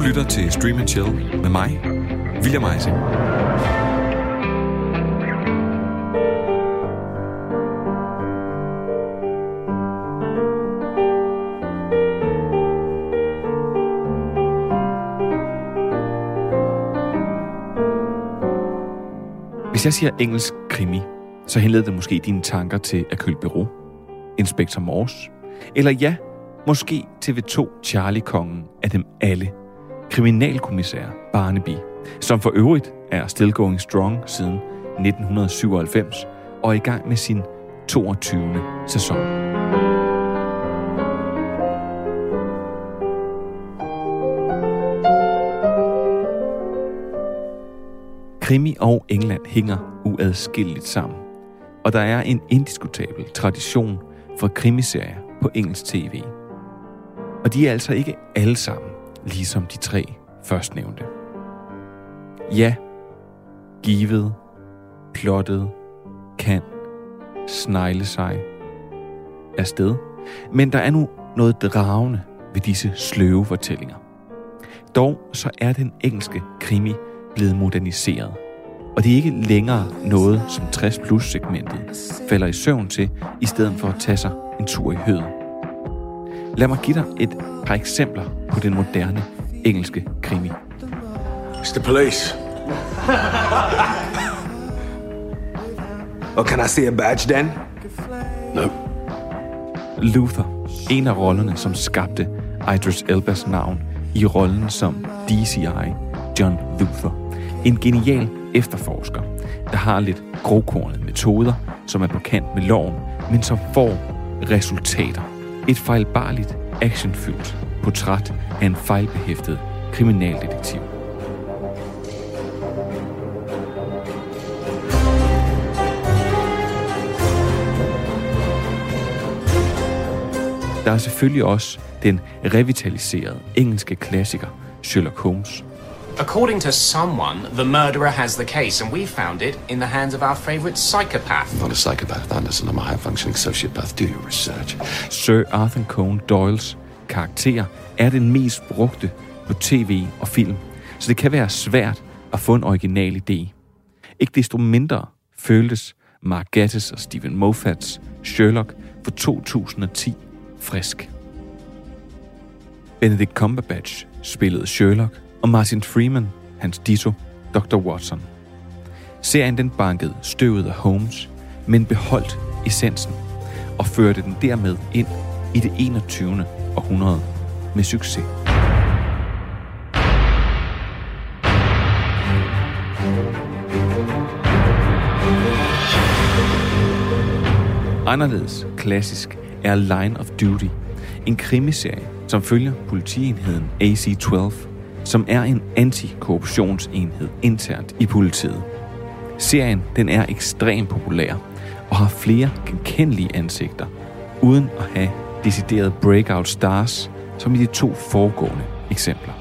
lytter til Stream & Chill med mig, William Eising. Hvis jeg siger engelsk krimi, så henleder det måske dine tanker til Hercule Poirot, Inspektor Morse, eller ja, måske TV2 Charlie-kongen af dem alle, kriminalkommissær Barnaby, som for øvrigt er still going strong siden 1997 og er i gang med sin 22. sæson. Krimi og England hænger uadskilleligt sammen, og der er en indiskutabel tradition for krimiserier på engelsk tv. Og de er altså ikke alle sammen, ligesom de 3 førstnævnte. Ja, givet, plottet, kan, snegle sig afsted, men der er nu noget dragende ved disse sløve fortællinger. Dog så er den engelske krimi blevet moderniseret, og det er ikke længere noget, som 60+-segmentet falder i søvn til, i stedet for at tage sig en tur i høet. Lad mig give dig et par eksempler på den moderne engelske krimi. Mr. Police. Oh, can I see a badge then? No. Luther, en af rollerne, som skabte Idris Elbas navn i rollen som DCI, John Luther. En genial efterforsker, der har lidt grovkornede metoder, som er på kant med loven, men som får resultater. Et fejlbarligt, actionfyldt portræt af en fejlbehæftet kriminaldetektiv. Der er selvfølgelig også den revitaliserede engelske klassiker Sherlock Holmes. According to someone, the murderer has the case, and we found it in the hands of our favorite psychopath. I'm not a psychopath, Anderson. I'm a high-functioning sociopath. Do your research. Sir Arthur Conan Doyles karakter er den mest brugte på tv og film, så det kan være svært at få en original idé. Ikke desto mindre føltes Mark Gatiss og Stephen Moffats Sherlock for 2010 frisk. Benedict Cumberbatch spillede Sherlock, og Martin Freeman, hans ditto, Dr. Watson. Serien den bankede støvet af Holmes, men beholdt essensen og førte den dermed ind i det 21. århundrede med succes. Anderledes klassisk er Line of Duty, en krimiserie, som følger politienheden AC-12, som er en antikorruptionsenhed internt i politiet. Serien den er ekstremt populær og har flere genkendelige ansigter, uden at have deciderede breakout stars, som i de 2 foregående eksempler.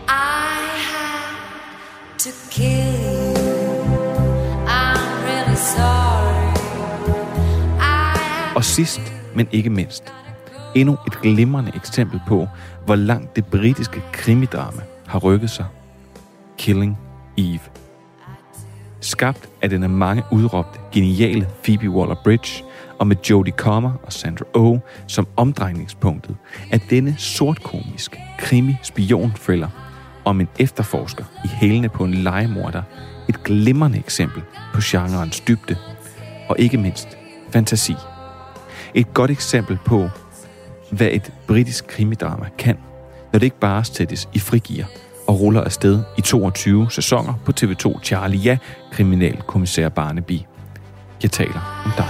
Og sidst, men ikke mindst, endnu et glimrende eksempel på, hvor langt det britiske krimidrama har rykket sig. Killing Eve. Skabt af den af mange udråbte geniale Phoebe Waller-Bridge, og med Jodie Comer og Sandra Oh som omdrejningspunktet, er denne sortkomiske krimi-spion-thriller om en efterforsker i hælene på en legemorder et glimrende eksempel på genrens dybde, og ikke mindst fantasi. Et godt eksempel på, hvad et britisk krimidrama kan, når det ikke bare sættes i frigear og ruller afsted i 22 sæsoner på TV2 Charlie, ja, kriminalkommissær Barnaby. Jeg taler om dig.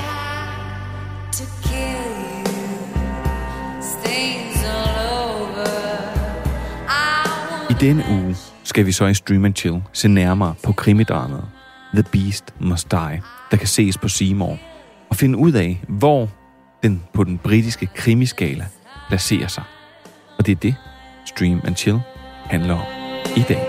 I denne uge skal vi så i Stream & Chill se nærmere på krimidramaet The Beast Must Die, der kan ses på C More, og finde ud af, hvor den på den britiske krimiskala placerer sig. Og det er det, Stream & Chill handler om i dag.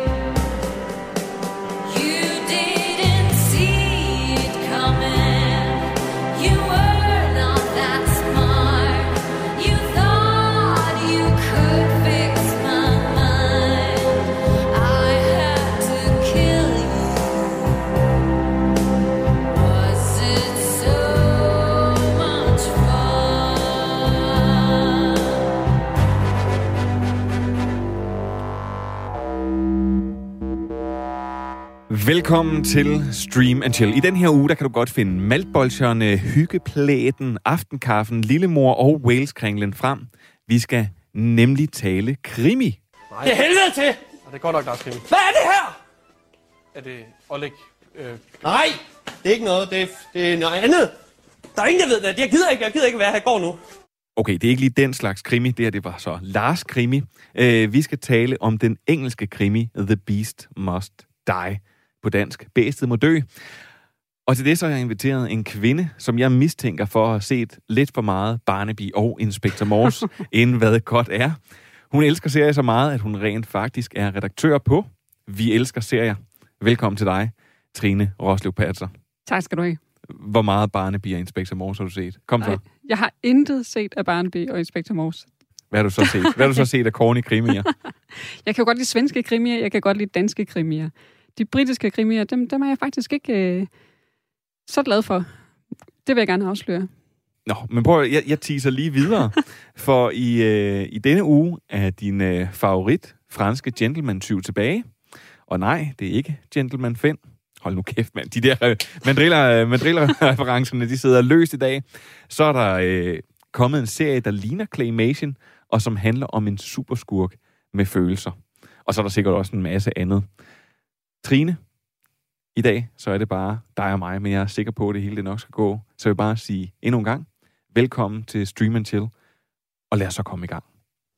Velkommen til Stream and Chill. I den her uge, der kan du godt finde maltbolsjerne, hyggeplæten, aftenkaffen, lillemor og Wales-kringlen frem. Vi skal nemlig tale krimi. Nej. Det er helvede til! Og det går nok, Lars Krimi. Hvad er det her? Er det Oleg? Nej, det er ikke noget. Det er noget andet. Der er ingen, der ved det. Jeg gider ikke være her. Jeg går nu. Okay, det er ikke lige den slags krimi. Det her, det var så Lars krimi. Vi skal tale om den engelske krimi The Beast Must Die. På dansk, Bæstet må dø. Og til det så har jeg inviteret en kvinde, som jeg mistænker for at have set lidt for meget Barnaby og Inspector Morse, end hvad godt er. Hun elsker serier så meget, at hun rent faktisk er redaktør på Vi Elsker Serier. Velkommen til dig, Trine Roslev-Patser. Tak skal du have. Hvor meget Barnaby og Inspector Morse har du set? Kom så. Jeg har intet set af Barnaby og Inspector Morse. Hvad har du så set? Hvad har du så set af corny krimier? Jeg kan jo godt lide svenske krimier, jeg kan godt lide danske krimier. De britiske krimier, dem er jeg faktisk ikke så glad for. Det vil jeg gerne afsløre. Nå, men prøv, jeg teaser lige videre. For i denne uge er din favorit franske gentleman-tyv tilbage. Og nej, det er ikke Gentleman Finn. Hold nu kæft, mand. De der mandriller-referencerne, de sidder løst i dag. Så er der kommet en serie, der ligner Claymation, og som handler om en superskurk med følelser. Og så er der sikkert også en masse andet. Trine, i dag, så er det bare dig og mig, men jeg er sikker på, at det hele det nok skal gå. Så jeg vil bare sige endnu en gang, velkommen til Stream and Chill, og lad os så komme i gang.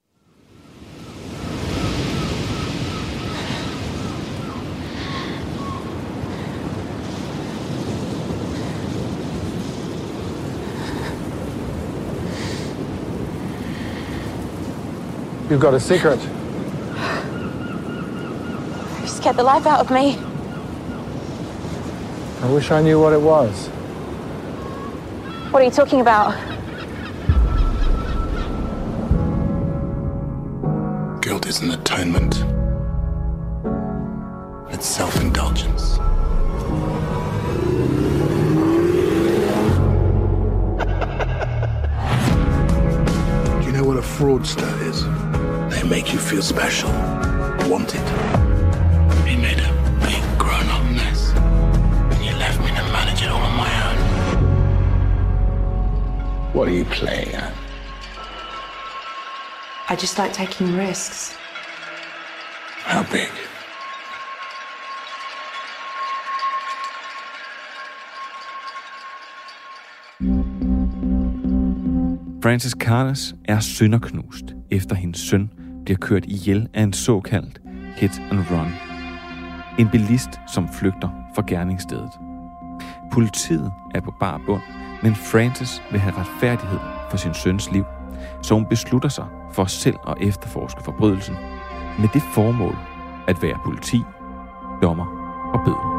You've got a secret. You scared the life out of me. I wish I knew what it was. What are you talking about? Guilt isn't atonement. It's self-indulgence. Do you know what a fraudster is? They make you feel special, wanted. He made a big grown-up mess, and you left me to manage it all on my own. What are you playing at? I just like taking risks. How big? Frances Carnes er sønderknust, efter hendes søn bliver kørt ihjel af en såkaldt hit and run. En bilist, som flygter fra gerningsstedet. Politiet er på bar bund, men Frances vil have retfærdighed for sin søns liv, så hun beslutter sig for selv at efterforske forbrydelsen, med det formål at være politi, dommer og bøddel.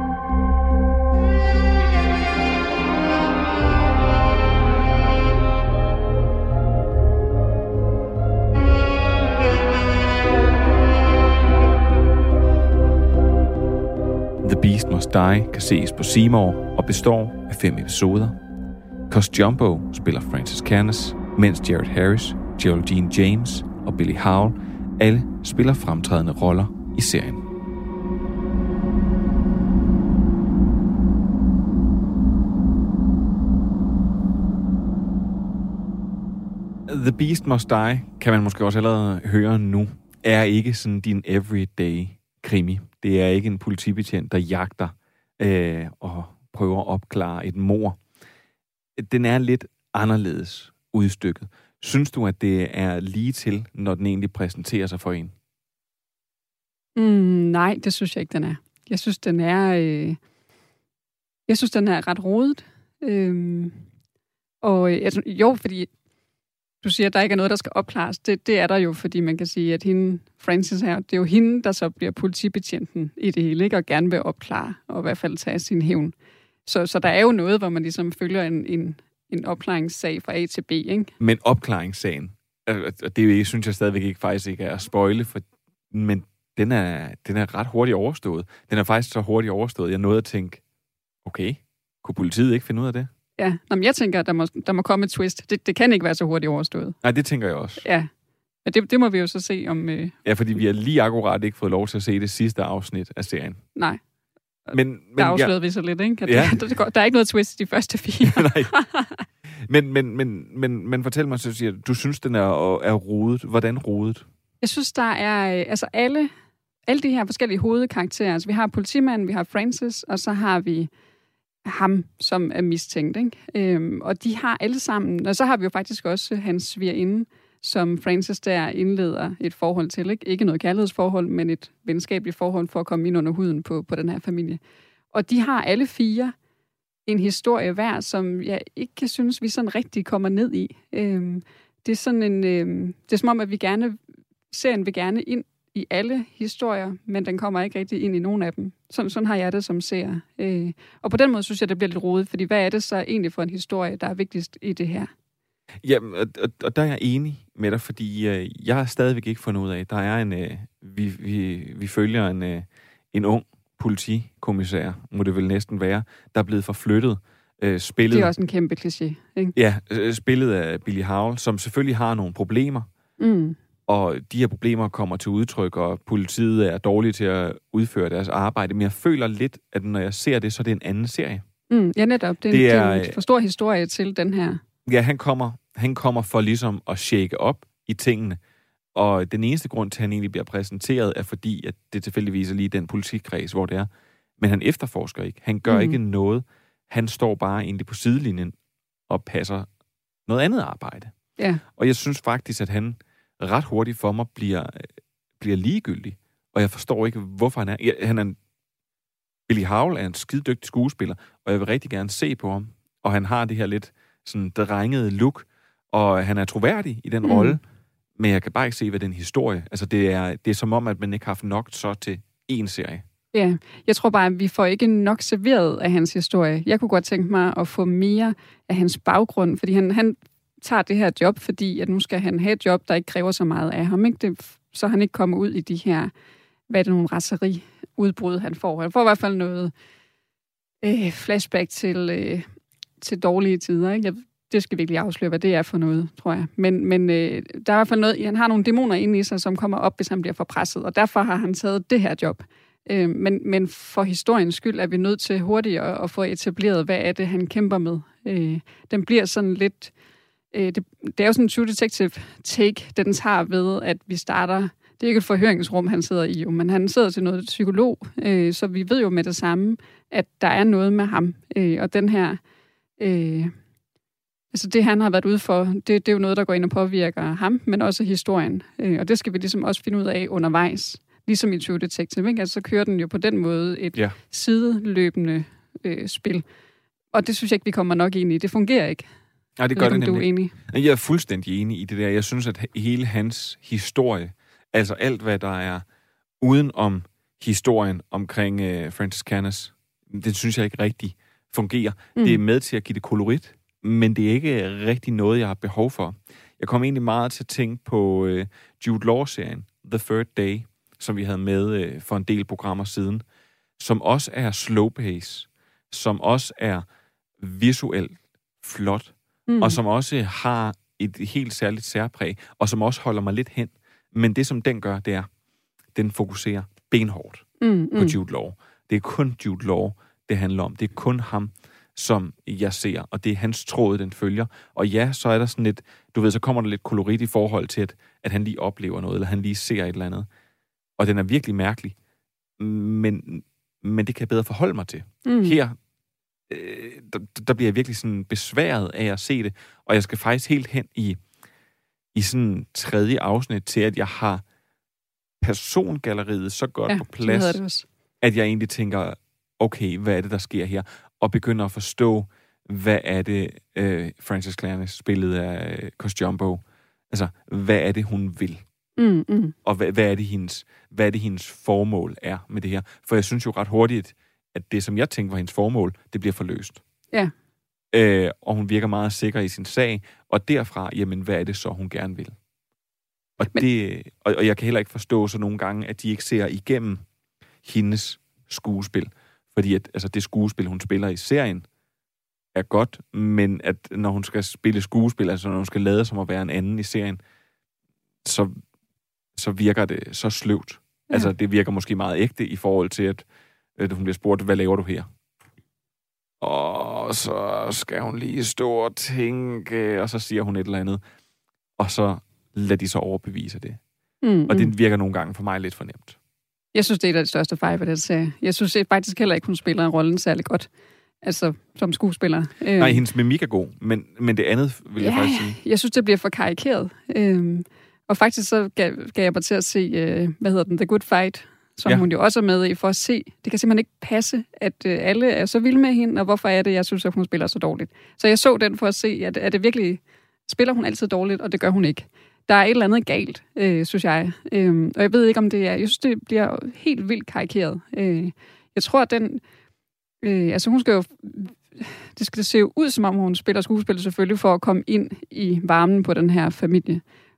The Beast Must Die kan ses på C More og består af 5 episoder. Cos Jumbo spiller Frances Carnes, mens Jared Harris, Geraldine James og Billy Howell alle spiller fremtrædende roller i serien. The Beast Must Die, kan man måske også allerede høre nu, er ikke sådan din everyday krimi. Det er ikke en politibetjent, der jagter og prøver at opklare et mord. Den er lidt anderledes udstykket. Synes du, at det er lige til, når den egentlig præsenterer sig for en? Nej, det synes jeg ikke, den er. Jeg synes, den er ret rodet. Jo, fordi du siger, at der ikke er noget, der skal opklares. Det er der jo, fordi man kan sige, at hende, Frances her, det er jo hende, der så bliver politibetjenten i det hele, ikke? Og gerne vil opklare, og i hvert fald tage sin hævn. Så der er jo noget, hvor man ligesom følger en opklaringssag fra A til B, ikke? Men opklaringssagen, og det synes jeg stadigvæk ikke faktisk ikke er at spoile, men den er ret hurtigt overstået. Den er faktisk så hurtigt overstået, jeg nåede at tænke, okay, kunne politiet ikke finde ud af det? Ja, men jeg tænker, at der må komme et twist. Det kan ikke være så hurtigt overstået. Nej, det tænker jeg også. Ja, men det må vi jo så se om... Ja, fordi vi har lige akkurat ikke fået lov til at se det sidste afsnit af serien. Nej. der afslørede vi så lidt, ikke? Der er ikke noget twist i de første 4. Nej. Men fortæl mig, så siger du synes, den er rodet. Hvordan rodet? Jeg synes, der er alle de her forskellige hovedkarakterer. Altså, vi har politimanden, vi har Francis, og så har vi ham, som er mistænkt, ikke? Og de har alle sammen, og så har vi jo faktisk også hans svigerinde, som Francis der indleder et forhold til, ikke? Ikke noget kærlighedsforhold, men et venskabeligt forhold for at komme ind under huden på den her familie. Og de har alle 4 en historie hver, som jeg ikke kan synes, vi sådan rigtig kommer ned i. Det er sådan det er som om, at serien vil gerne ind i alle historier, men den kommer ikke rigtig ind i nogen af dem. Sådan har jeg det som seer. Og på den måde synes jeg, det bliver lidt rodet, fordi hvad er det så egentlig for en historie, der er vigtigst i det her? Ja, og der er jeg enig med dig, fordi jeg har stadigvæk ikke fundet ud af, der er vi følger en ung politikommissær, må det vel næsten være, der er blevet forflyttet. Spillet, det er også en kæmpe kliché, ikke? Ja, spillet af Billy Howell, som selvfølgelig har nogle problemer, og de her problemer kommer til udtryk, og politiet er dårlige til at udføre deres arbejde, men jeg føler lidt, at når jeg ser det, så er det en anden serie. Ja, netop. Det er en for stor historie til den her. Ja, han kommer for ligesom at shake op i tingene, og den eneste grund til, at han egentlig bliver præsenteret, er fordi, at det tilfældigvis er lige den politikreds, hvor det er. Men han efterforsker ikke. Han gør ikke noget. Han står bare egentlig på sidelinjen og passer noget andet arbejde. Ja. Og jeg synes faktisk, at han ret hurtigt for mig bliver ligegyldig. Og jeg forstår ikke, hvorfor han er. Billy Howell er en skidedygtig skuespiller, og jeg vil rigtig gerne se på ham. Og han har det her lidt sådan drengede look, og han er troværdig i den rolle, men jeg kan bare ikke se, hvad den historie. Altså, det er som om, at man ikke har haft nok så til én serie. Ja, jeg tror bare, at vi får ikke nok serveret af hans historie. Jeg kunne godt tænke mig at få mere af hans baggrund, fordi han tager det her job, fordi at nu skal han have et job, der ikke kræver så meget af ham. Ikke? Så han ikke kommer ud i de her, hvad er det, nogle raseriudbrud, han får. Han får i hvert fald noget flashback til dårlige tider. Ikke? Det skal virkelig afsløre, hvad det er for noget, tror jeg. Men der er i hvert fald noget, han har nogle dæmoner inde i sig, som kommer op, hvis han bliver for presset, og derfor har han taget det her job. Men for historiens skyld er vi nødt til hurtigt at få etableret, hvad er det, han kæmper med. Den bliver sådan lidt... Det er jo sådan en True Detective take, den tager ved, at vi starter... Det er ikke et forhøringsrum, han sidder i, men han sidder til noget psykolog, så vi ved jo med det samme, at der er noget med ham. Og den her... Altså det, han har været ude for, det er jo noget, der går ind og påvirker ham, men også historien. Og det skal vi ligesom også finde ud af undervejs. Ligesom i True Detective, ikke? Altså, så kører den jo på den måde et sideløbende spil. Og det synes jeg ikke, vi kommer nok ind i. Det fungerer ikke. Nej, det gør det nemlig. Du er enig? Jeg er fuldstændig enig i det der. Jeg synes, at hele hans historie, altså alt, hvad der er uden om historien omkring Francis Canis, det synes jeg ikke rigtig fungerer. Det er med til at give det kolorit, men det er ikke rigtig noget, jeg har behov for. Jeg kom egentlig meget til at tænke på Jude Law-serien, The Third Day, som vi havde med for en del programmer siden, som også er slow pace, som også er visuelt flot, og som også har et helt særligt særpræg, og som også holder mig lidt hen. Men det, som den gør, det er, den fokuserer benhårdt på Jude Law. Det er kun Jude Law, det handler om. Det er kun ham, som jeg ser, og det er hans tråd, den følger. Og ja, så er der sådan lidt, du ved, så kommer der lidt kolorit i forhold til, at han lige oplever noget, eller han lige ser et eller andet. Og den er virkelig mærkelig. Men det kan jeg bedre forholde mig til. Her, der bliver jeg virkelig sådan besværet af at se det, og jeg skal faktisk helt hen i sådan tredje afsnit til, at jeg har persongalleriet så godt på plads, at jeg egentlig tænker, okay, hvad er det, der sker her? Og begynder at forstå, hvad er det, Francis Canis spillet af Cosjumbo, altså, hvad er det, hun vil? Og hvad er det hendes formål er med det her? For jeg synes jo ret hurtigt, at det, som jeg tænkte var hendes formål, det bliver forløst. Ja. Og hun virker meget sikker i sin sag, og derfra, jamen, hvad er det så, hun gerne vil? Og jeg kan heller ikke forstå så nogle gange, at de ikke ser igennem hendes skuespil. Fordi at, altså, det skuespil, hun spiller i serien, er godt, men at når hun skal spille skuespil, altså når hun skal lade som at være en anden i serien, så virker det så sløvt. Ja. Altså, det virker måske meget ægte i forhold til, at Hun bliver spurgt, hvad laver du her? Og så skal hun lige stå og tænke, og så siger hun et eller andet. Og så lader de så overbevise det. Og det virker nogle gange for mig lidt for nemt. Jeg synes, det er et af de største fejl ved den serie. Jeg synes faktisk heller ikke, hun spiller rollen særlig godt. Altså, som skuespiller. Nej, hendes mimik er god, men det andet vil jeg faktisk sige. Jeg synes, det bliver for karikeret. Og faktisk så gav jeg mig til at se, The Good Fight, som hun jo også er med i, for at se. Det kan simpelthen ikke passe, at alle er så vilde med hende, og hvorfor er det, jeg synes, at hun spiller så dårligt. Så jeg så den for at se, at er det virkelig... Spiller hun altid dårligt, og det gør hun ikke. Der er et eller andet galt, synes jeg. Og jeg ved ikke, om det er... Jeg synes, det bliver helt vildt karikeret. Jeg tror, at den... hun skal jo... Det skal se ud, som om hun spiller skuespil selvfølgelig, for at komme ind i varmen på den her familie.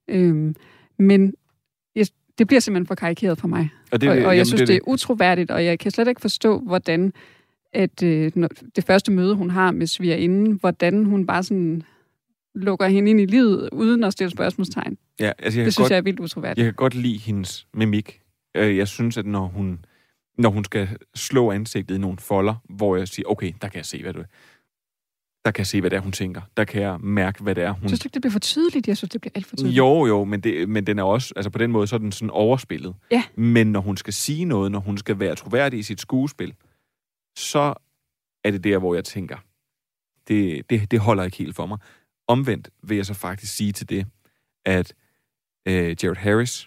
Men det bliver simpelthen for karikeret for mig. Og jeg synes, det er utroværdigt, og jeg kan slet ikke forstå, hvordan at det første møde, hun har med svigerinden, hvordan hun bare sådan lukker hende ind i livet, uden at stille spørgsmålstegn. Ja, altså det synes jeg er vildt utroværdigt. Jeg kan godt lide hendes mimik. Jeg synes, at når hun skal slå ansigtet i nogle folder, hvor jeg siger, okay, der kan jeg se, hvad det er, hun tænker. Der kan jeg mærke, hvad det er, hun... Synes du ikke, det bliver for tydeligt? Jeg synes, det bliver alt for tydeligt. Jo, men den er også... Altså på den måde, så er den sådan overspillet. Ja. Men når hun skal sige noget, når hun skal være troværdig i sit skuespil, så er det der, hvor jeg tænker, det holder ikke helt for mig. Omvendt vil jeg så faktisk sige til det, at Jared Harris,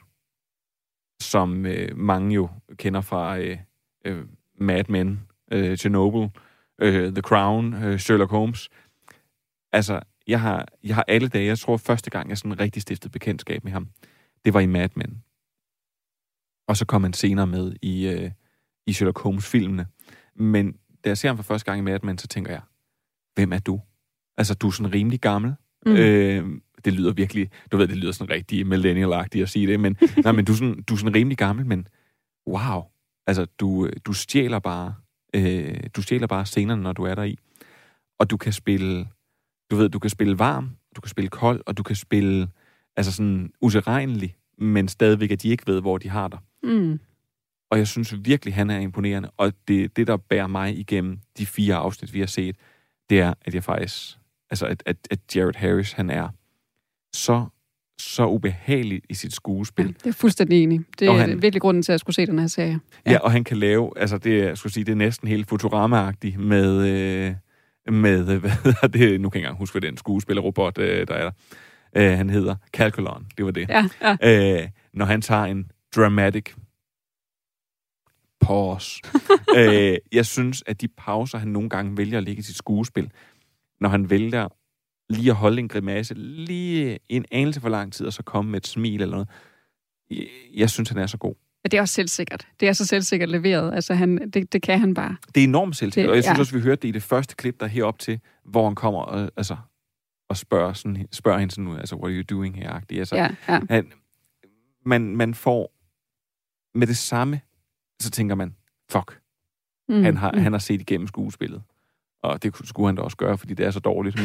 som mange jo kender fra Mad Men, Chernobyl, The Crown, Sherlock Holmes. Altså, jeg har alle dage, jeg tror første gang, jeg sådan rigtig stiftede bekendtskab med ham, det var i Mad Men. Og så kom han senere med i Sherlock Holmes-filmene. Men da jeg ser ham for første gang i Mad Men, så tænker jeg, hvem er du? Altså, du er sådan rimelig gammel. Det lyder virkelig, du ved, det lyder sådan rigtig millennial-agtigt at sige det, men du er sådan rimelig gammel, men wow. Altså, du stjæler bare scenerne, når du er der i. Og du kan spille, du kan spille varm, du kan spille kold, og du kan spille altså sådan utilregnelig, men stadigvæk, at de ikke ved, hvor de har dig. Og jeg synes virkelig, han er imponerende. Og det der bærer mig igennem de 4 afsnit, vi har set, det er, at jeg faktisk... Altså, at Jared Harris, han er så ubehagelig i sit skuespil. Ja, det er fuldstændig enig. Det er virkelig grunden til, at jeg skulle se den her serie. Ja, og han kan lave... Altså, det er næsten helt Futurama-agtigt med hvad hedder det? Nu kan jeg ikke engang huske, hvad den skuespillerrobot, der er der. Han hedder Calculon. Det var det. Ja. Når han tager en dramatic pause. Jeg synes, at de pauser, han nogle gange vælger at lægge i sit skuespil, når han vælger lige at holde en grimasse lige en anelse for lang tid, og så komme med et smil eller noget. Jeg synes, han er så god. Ja, det er også selvsikkert. Det er så selvsikkert leveret. Altså, det kan han bare. Det er enormt selvsikkert, og jeg synes også, vi hørte det i det første klip, der er herop til, hvor han kommer og spørger hende sådan ud, altså, what are you doing here? Altså, man får med det samme, så tænker man, fuck. Han har set igennem skuespillet. Og det skulle han da også gøre, fordi det er så dårligt.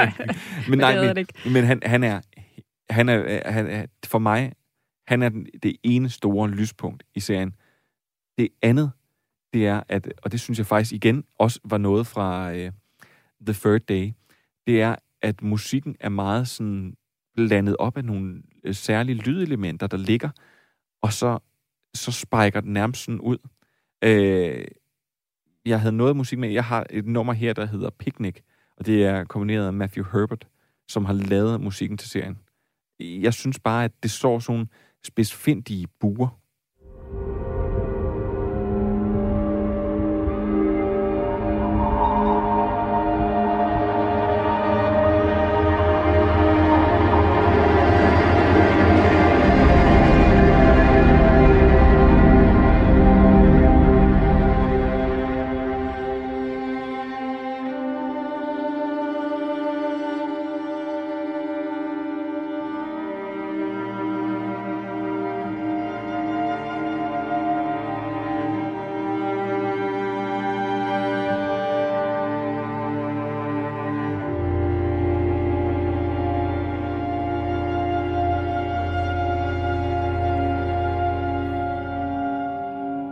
Men han er for mig, han er det ene store lyspunkt i serien. Det andet, det er, og det synes jeg faktisk igen også var noget fra The Third Day, det er, at musikken er meget sådan blandet op af nogle særlige lydelementer, der ligger, og så spiker den nærmest sådan ud. Jeg havde noget musik med. Jeg har et nummer her, der hedder Picnic, og det er komponeret af Matthew Herbert, som har lavet musikken til serien. Jeg synes bare, at det står sådan nogle spidsfindige buer.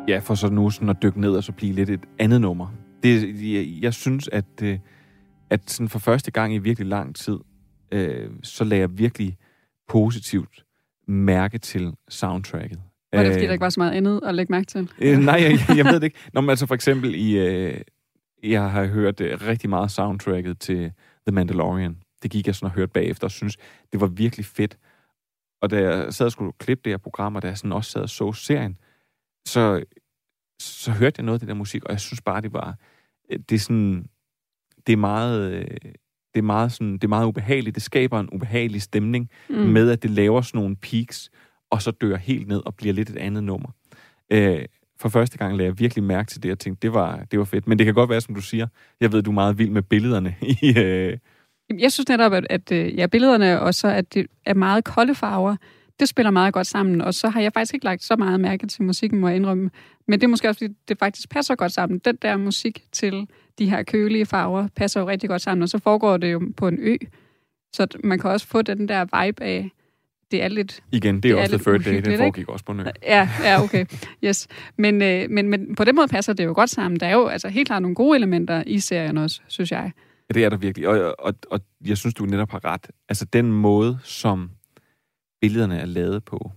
Ja, for så nu sådan at dykke ned og så blive lidt et andet nummer. Jeg synes, at sådan for første gang i virkelig lang tid, så lagde jeg virkelig positivt mærke til soundtracket. Var det, fordi der ikke var så meget andet at lægge mærke til? Nej, jeg ved det ikke. Nå, men altså for eksempel jeg har hørt rigtig meget soundtracket til The Mandalorian. Det gik jeg sådan og hørte bagefter og synes, det var virkelig fedt. Og da jeg sad og skulle klippe det her program, og da jeg sådan også sad og så serien, så hørte jeg noget af det der musik, og jeg synes bare, det er meget ubehageligt. Det skaber en ubehagelig stemning med, at det laver sådan nogle peaks, og så dør helt ned og bliver lidt et andet nummer. For første gang lagde jeg virkelig mærke til det, og tænkte, det var fedt. Men det kan godt være, som du siger, jeg ved, du er meget vild med billederne. Jeg synes netop, at billederne også, at det er meget kolde farver, det spiller meget godt sammen, og så har jeg faktisk ikke lagt så meget mærke til musikken, må jeg indrømme. Men det er måske også, fordi det faktisk passer godt sammen. Den der musik til de her kølige farver passer jo rigtig godt sammen, og så foregår det jo på en ø. Så man kan også få den der vibe af, det er lidt... Igen, det er også The Third Day, det foregik også på en ø. Ja, okay. Yes. Men på den måde passer det jo godt sammen. Der er jo altså helt klart nogle gode elementer i serien også, synes jeg. Ja, det er der virkelig. Og jeg synes, du netop har ret. Altså den måde, som billederne er lavet på,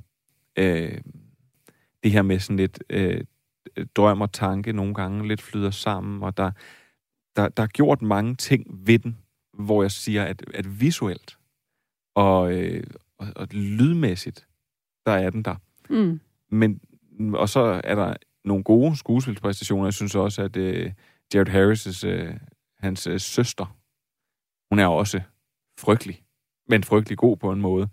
det her med sådan lidt drøm og tanke nogle gange lidt flyder sammen, og der er gjort mange ting ved den, hvor jeg siger, at visuelt og lydmæssigt, der er den der. Men, og så er der nogle gode skuespilspræstationer. Jeg synes også, at Jared Harris' hans søster, hun er også frygtelig, men frygtelig god på en måde.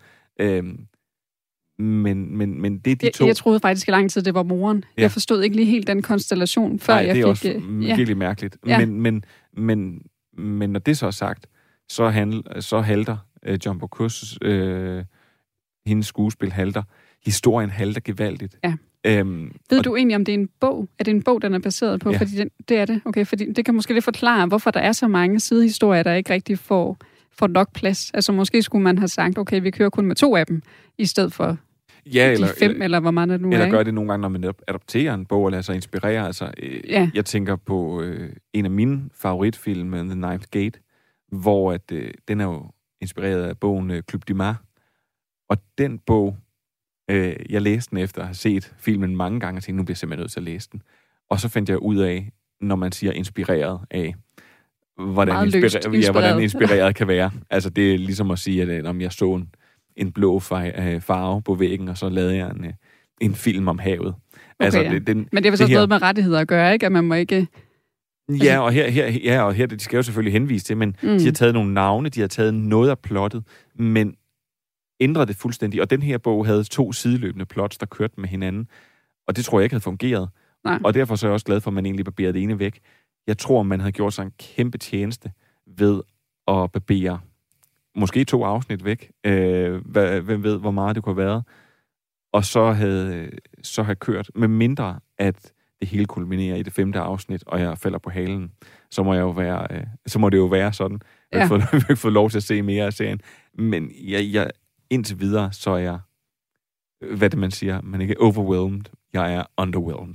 Men det er de to... Jeg troede faktisk i lang tid, det var moren. Ja. Jeg forstod ikke lige helt den konstellation, før jeg fik... Nej, det er også virkelig mærkeligt. Ja. Men når det så er sagt, så halter John Bocuse, hendes skuespil halter. Historien halter gevaldigt. Ja. Ved du egentlig, om det er en bog? Er det en bog, den er baseret på? Ja. Fordi det er det. Okay, fordi det kan måske lidt forklare, hvorfor der er så mange sidehistorier, der ikke rigtig får nok plads. Altså måske skulle man have sagt, okay, vi kører kun med 2 af dem, i stedet for de 5, eller hvor meget det nu er. Eller gør det nogle gange, når man adopterer en bog, og lader sig inspirere. Altså, jeg tænker på en af mine favoritfilm, The Ninth Gate, hvor den er jo inspireret af bogen Club Dumas. Og den bog, jeg læste den efter at have set filmen mange gange, og tænkte, nu bliver jeg simpelthen nødt til at læse den. Og så fandt jeg ud af, når man siger inspireret af, hvordan inspireret kan være. Altså det er ligesom at sige, at om jeg så en blå farve på væggen, og så lavede jeg en film om havet. Okay, altså, ja. Men det er så noget med rettigheder at gøre, ikke? At man må ikke... Ja, og her, de skal jo selvfølgelig henvise til, men de har taget nogle navne, de har taget noget af plottet, men ændrede det fuldstændig. Og den her bog havde 2 sideløbende plots, der kørte med hinanden, og det tror jeg ikke havde fungeret. Nej. Og derfor så er jeg også glad for, at man egentlig barberede det ene væk. Jeg tror, man havde gjort sig en kæmpe tjeneste ved at barbere måske 2 afsnit væk. Hvem ved, hvor meget det kunne have været. Og så have kørt, med mindre at det hele kulminerer i det 5. afsnit, og jeg falder på halen, så må det jo være sådan. Jeg har ikke fået lov til at se mere af serien. Men jeg indtil videre, så er jeg, hvad det man siger, man er ikke overwhelmed, jeg er underwhelmed.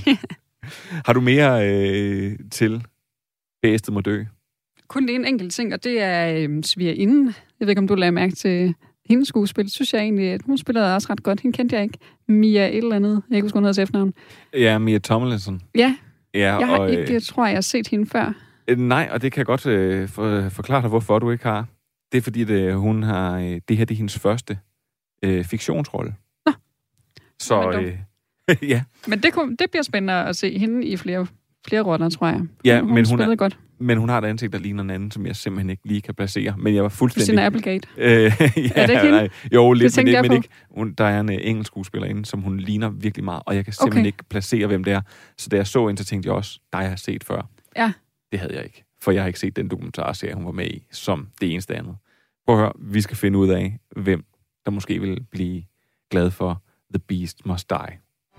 Har du mere til Bæstet må dø? Kun det en enkelt ting, og det er svigerinden. Jeg ved ikke, om du lagde mærke til hendes skuespil. Synes jeg egentlig, at hun spillede også ret godt. Hende kendte jeg ikke. Mia et eller andet. Jeg kan ikke huske, hun hedder til efternavn. Ja, Mia Tomlinson. Ja. Jeg har ikke, jeg tror, jeg har set hende før. Nej, og det kan jeg godt forklare dig, hvorfor du ikke har. Det er fordi, hun har... det her det er hendes første fiktionsrolle. Nå. Så... ja. Men det bliver spændende at se hende i flere roller, tror jeg. Ja, hun spillede godt. Men hun har et ansigt, der ligner en anden, som jeg simpelthen ikke lige kan placere. Men jeg var fuldstændig... Christina Applegate. Ja, er det ikke hende? Nej. Jo, lidt, men ikke. Der er en engelsk skuespillerinde, som hun ligner virkelig meget, og jeg kan simpelthen ikke placere, hvem det er. Så da jeg så hende, så tænkte jeg også, dig har jeg set før. Ja. Det havde jeg ikke, for jeg har ikke set den dokumentarserie, hun var med i, som det eneste andet. Prøv at høre, vi skal finde ud af, hvem der måske vil blive glad for The Beast Must Die.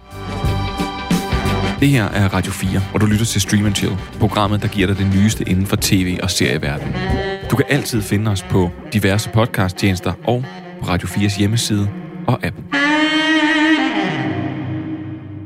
Det her er Radio 4, og du lytter til Stream & Chill, programmet, der giver dig det nyeste inden for tv- og serieverdenen. Du kan altid finde os på diverse podcasttjenester og på Radio 4's hjemmeside og app.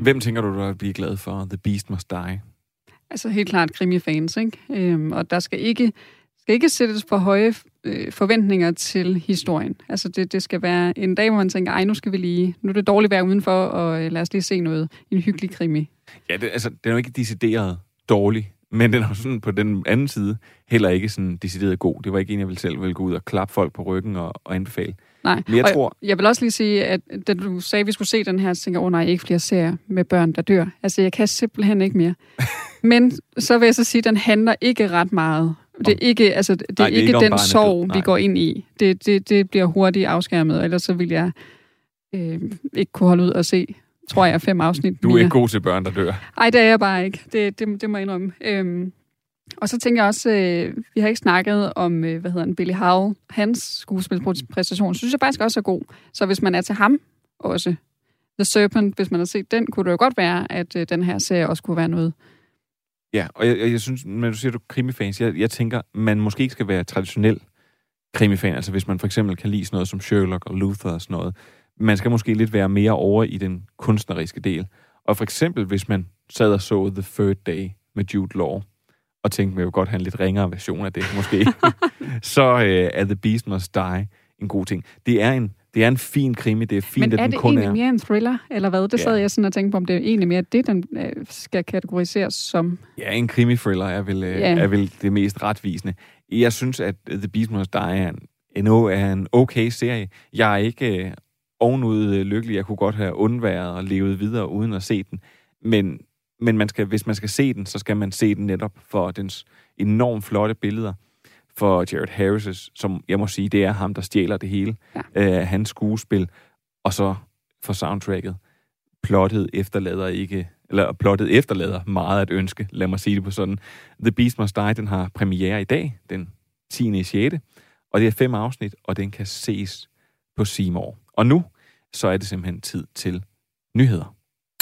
Hvem tænker du at blive glad for The Beast Must Die? Altså helt klart krimifans, ikke? Og der skal ikke sættes for høje forventninger til historien. Altså det skal være en dag, hvor man tænker, nu er det dårligt vejr udenfor, og lad os lige se noget. En hyggelig krimi. Ja, den er jo ikke decideret dårlig, men den er sådan på den anden side heller ikke sådan decideret god. Det var ikke en, jeg selv ville gå ud og klappe folk på ryggen og anbefale. Nej, men jeg vil også lige sige, at da du sagde, at vi skulle se den her, så tænker jeg, nej, ikke flere serier med børn, der dør. Altså, jeg kan simpelthen ikke mere. Men så vil jeg så sige, at den handler ikke ret meget. Det er ikke, det er ikke den sorg, vi går ind i. Det bliver hurtigt afskærmet, ellers så vil jeg ikke kunne holde ud og se, tror jeg, 5 afsnit. Du er ikke god til børn, der dør. Nej, det er jeg bare ikke. Det må jeg indrømme. Og så tænker jeg også, vi har ikke snakket om, Billy Howell, hans skuespilspræstation, synes jeg faktisk også er god. Så hvis man er til ham også, The Serpent, hvis man har set den, kunne det jo godt være, at den her serie også kunne være noget. Ja, og jeg synes, når du siger, du krimifans, jeg tænker, man måske ikke skal være traditionel krimifan, altså hvis man for eksempel kan lide sådan noget som Sherlock og Luther og sådan noget. Man skal måske lidt være mere over i den kunstneriske del. Og for eksempel, hvis man sad og så The Third Day med Jude Law, og tænkte, man jo godt have en lidt ringere version af det, måske, så er The Beast Must Die en god ting. Det er en fin krimi, det er fint, at den kun er... Men er det egentlig mere en thriller, eller hvad? Det sad jeg sådan og tænkte på, om det er egentlig mere det, den skal kategoriseres som. Ja, en krimi-thriller er vel det mest retvisende. Jeg synes, at The Beast Must Die er en okay serie. Jeg er ikke ovenud lykkelig. Jeg kunne godt have undværet og levet videre uden at se den. Men hvis man skal se den, så skal man se den netop for dens enormt flotte billeder. For Jared Harris, som jeg må sige, det er ham, der stjæler det hele. Ja. Hans skuespil. Og så for soundtracket. Plottet efterlader meget at ønske. Lad mig sige det på sådan. The Beast Must Die, den har premiere i dag, den 10.6. Og det er 5 afsnit, og den kan ses på C More. Og nu, så er det simpelthen tid til nyheder.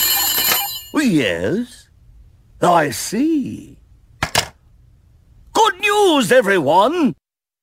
Yes, I see. Good news, everyone!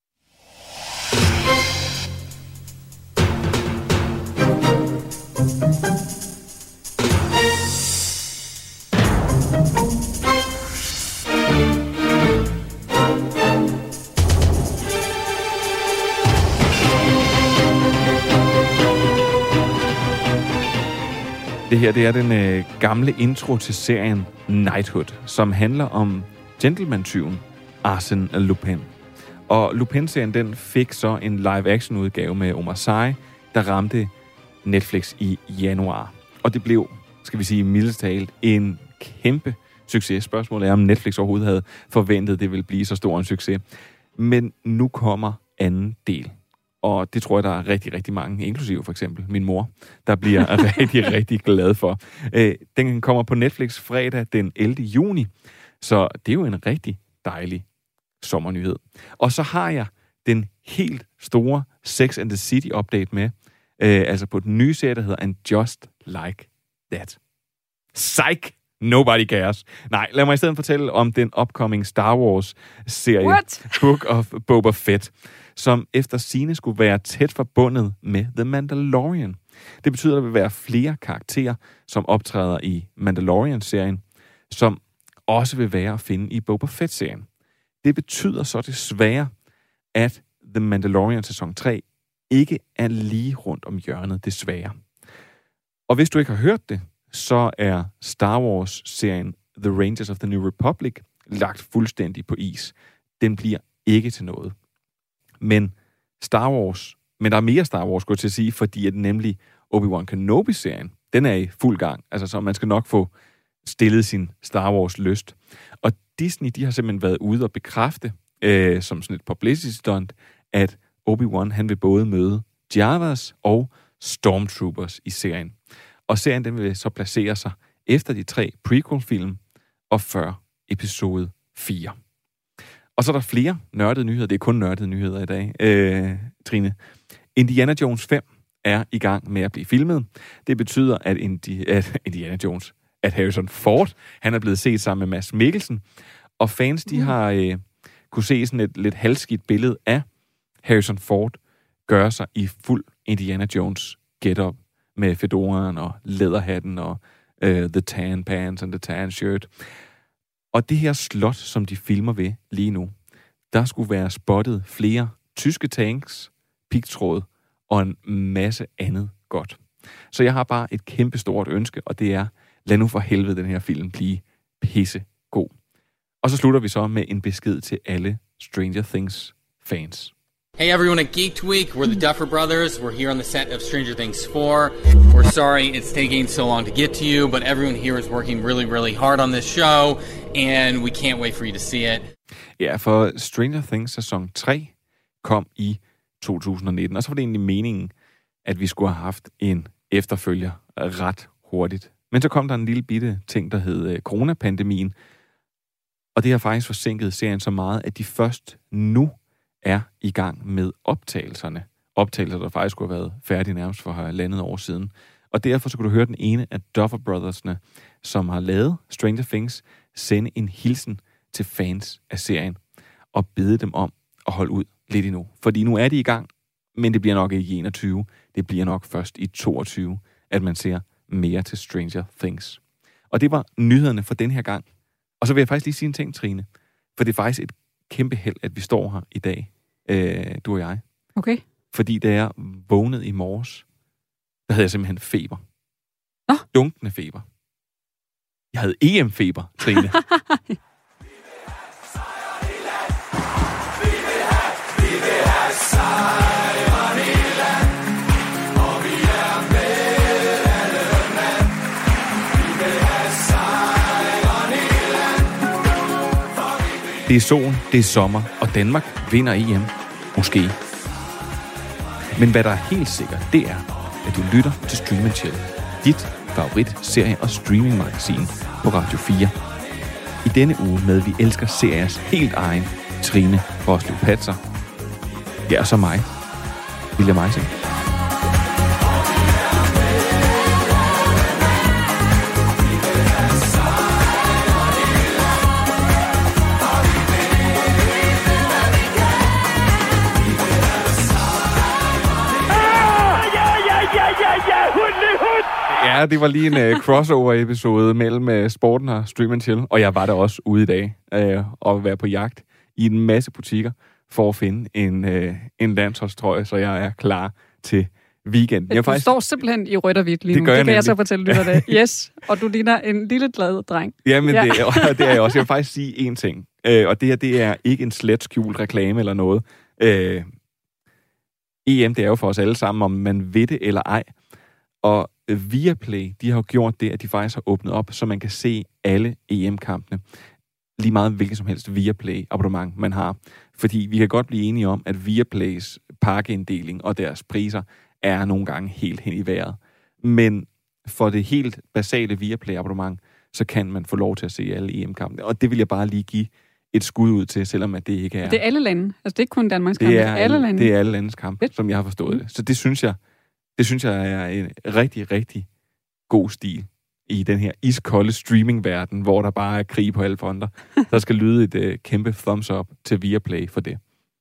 Det her, det er den gamle intro til serien Knighthood, som handler om gentleman-tyven Arsène Lupin. Og Lupin-serien, den fik så en live-action-udgave med Omar Sy, der ramte Netflix i januar. Og det blev, skal vi sige mildest talt, en kæmpe succes. Spørgsmålet er, om Netflix overhovedet havde forventet, det ville blive så stor en succes. Men nu kommer anden del. Og det tror jeg, der er rigtig, rigtig mange, inklusive for eksempel min mor, der bliver rigtig, rigtig glad for. Den kommer på Netflix fredag den 11. juni, så det er jo en rigtig dejlig sommernyhed. Og så har jeg den helt store Sex and the City-update med, altså på den nye serie, der hedder And Just Like That. Psych! Nobody cares. Nej, lad mig i stedet fortælle om den upcoming Star Wars-serie Book of Boba Fett, som efter sigende skulle være tæt forbundet med The Mandalorian. Det betyder, at der vil være flere karakterer, som optræder i Mandalorian-serien, som også vil være at finde i Boba Fett-serien. Det betyder så desværre, at The Mandalorian sæson 3 ikke er lige rundt om hjørnet, desværre. Og hvis du ikke har hørt det, så er Star Wars-serien The Rangers of the New Republic lagt fuldstændig på is. Den bliver ikke til noget. Men der er mere Star Wars, skulle jeg til at sige, fordi at nemlig Obi-Wan Kenobi-serien, den er i fuld gang. Altså, så man skal nok få stillet sin Star Wars-lyst. Og Disney, de har simpelthen været ude og bekræfte, som sådan et publicity stunt, at Obi-Wan, han vil både møde Jawas og Stormtroopers i serien. Og serien, den vil så placere sig efter de 3 prequel-film og før episode 4. Og så er der flere nørdede nyheder. Det er kun nørdede nyheder i dag, Trine. Indiana Jones 5 er i gang med at blive filmet. Det betyder, at Indiana Jones, at Harrison Ford, han er blevet set sammen med Mads Mikkelsen. Og fans, de har kunne se sådan et lidt halvskidt billede af Harrison Ford gøre sig i fuld Indiana Jones get-up med fedoraen og læderhatten og The Tan Pants and the Tan Shirt. Og det her slot, som de filmer ved lige nu, der skulle være spottet flere tyske tanks, pigtråd og en masse andet godt. Så jeg har bare et kæmpestort ønske, og det er, lad nu for helvede den her film blive pissegod. Og så slutter vi så med en besked til alle Stranger Things fans. Hey everyone at Geek Week, we're the Duffer Brothers. We're here on the set of Stranger Things 4. We're sorry it's taking so long to get to you, but everyone here is working really, really hard on this show, and we can't wait for you to see it. Ja, for Stranger Things sæson 3 kom i 2019, og så var det egentlig meningen, at vi skulle have haft en efterfølger ret hurtigt. Men så kom der en lille bitte ting, der hed coronapandemien, og det har faktisk forsinket serien så meget, at de først nu er i gang med optagelserne. Optagelser, der faktisk skulle have været færdige nærmest for 1,5 år siden. Og derfor så kunne du høre den ene af Duffer Brothers'ne, som har lavet Stranger Things, sende en hilsen til fans af serien og bede dem om at holde ud lidt endnu. Fordi nu er de i gang, men det bliver nok ikke i 21. Det bliver nok først i 22, at man ser mere til Stranger Things. Og det var nyhederne for den her gang. Og så vil jeg faktisk lige sige en ting, Trine. For det er faktisk et kæmpe held, at vi står her i dag, du og jeg. Okay. Fordi da jeg vågnede i morges, der havde jeg simpelthen feber. Nå? Dunkende feber. Jeg havde EM-feber, Trine. Det er sol, det er sommer, og Danmark vinder EM. Måske. Men hvad der er helt sikkert, det er, at du lytter til Stream & Chill. Dit favorit serie- og streamingmagasin på Radio 4. I denne uge med Vi Elsker Series helt egen Trine Roslev Patzer. Ja, og så mig. William Eising. Ja, det var lige en crossover-episode mellem sporten og Stream & Chill, og jeg var der også ude i dag og være på jagt i en masse butikker for at finde en landsholdstrøje, så jeg er klar til weekenden. Du står simpelthen i rødt og hvidt lige nu. Det kan jeg så fortælle lytterne. Yes, og du ligner en lille glad dreng. Jamen, ja. Det er jeg også. Jeg vil faktisk sige en ting, og det her, det er ikke en slet skjult reklame eller noget. EM, det er jo for os alle sammen, om man ved det eller ej. Og Viaplay, de har gjort det, at de faktisk har åbnet op, så man kan se alle EM-kampene. Lige meget hvilket som helst Viaplay-abonnement man har. Fordi vi kan godt blive enige om, at Viaplays pakkeinddeling og deres priser er nogle gange helt hen i vejret. Men for det helt basale Viaplay-abonnement, så kan man få lov til at se alle EM-kampene. Og det vil jeg bare lige give et skud ud til, selvom at det ikke er... Det er alle lande. Altså det er ikke kun Danmarks kamp, det er alle lande. Det er alle landes kamp, som jeg har forstået det. Så det synes jeg er en rigtig, rigtig god stil i den her iskolde streamingverden, hvor der bare er krig på alle fronter. Der skal lyde et kæmpe thumbs up til Viaplay for det.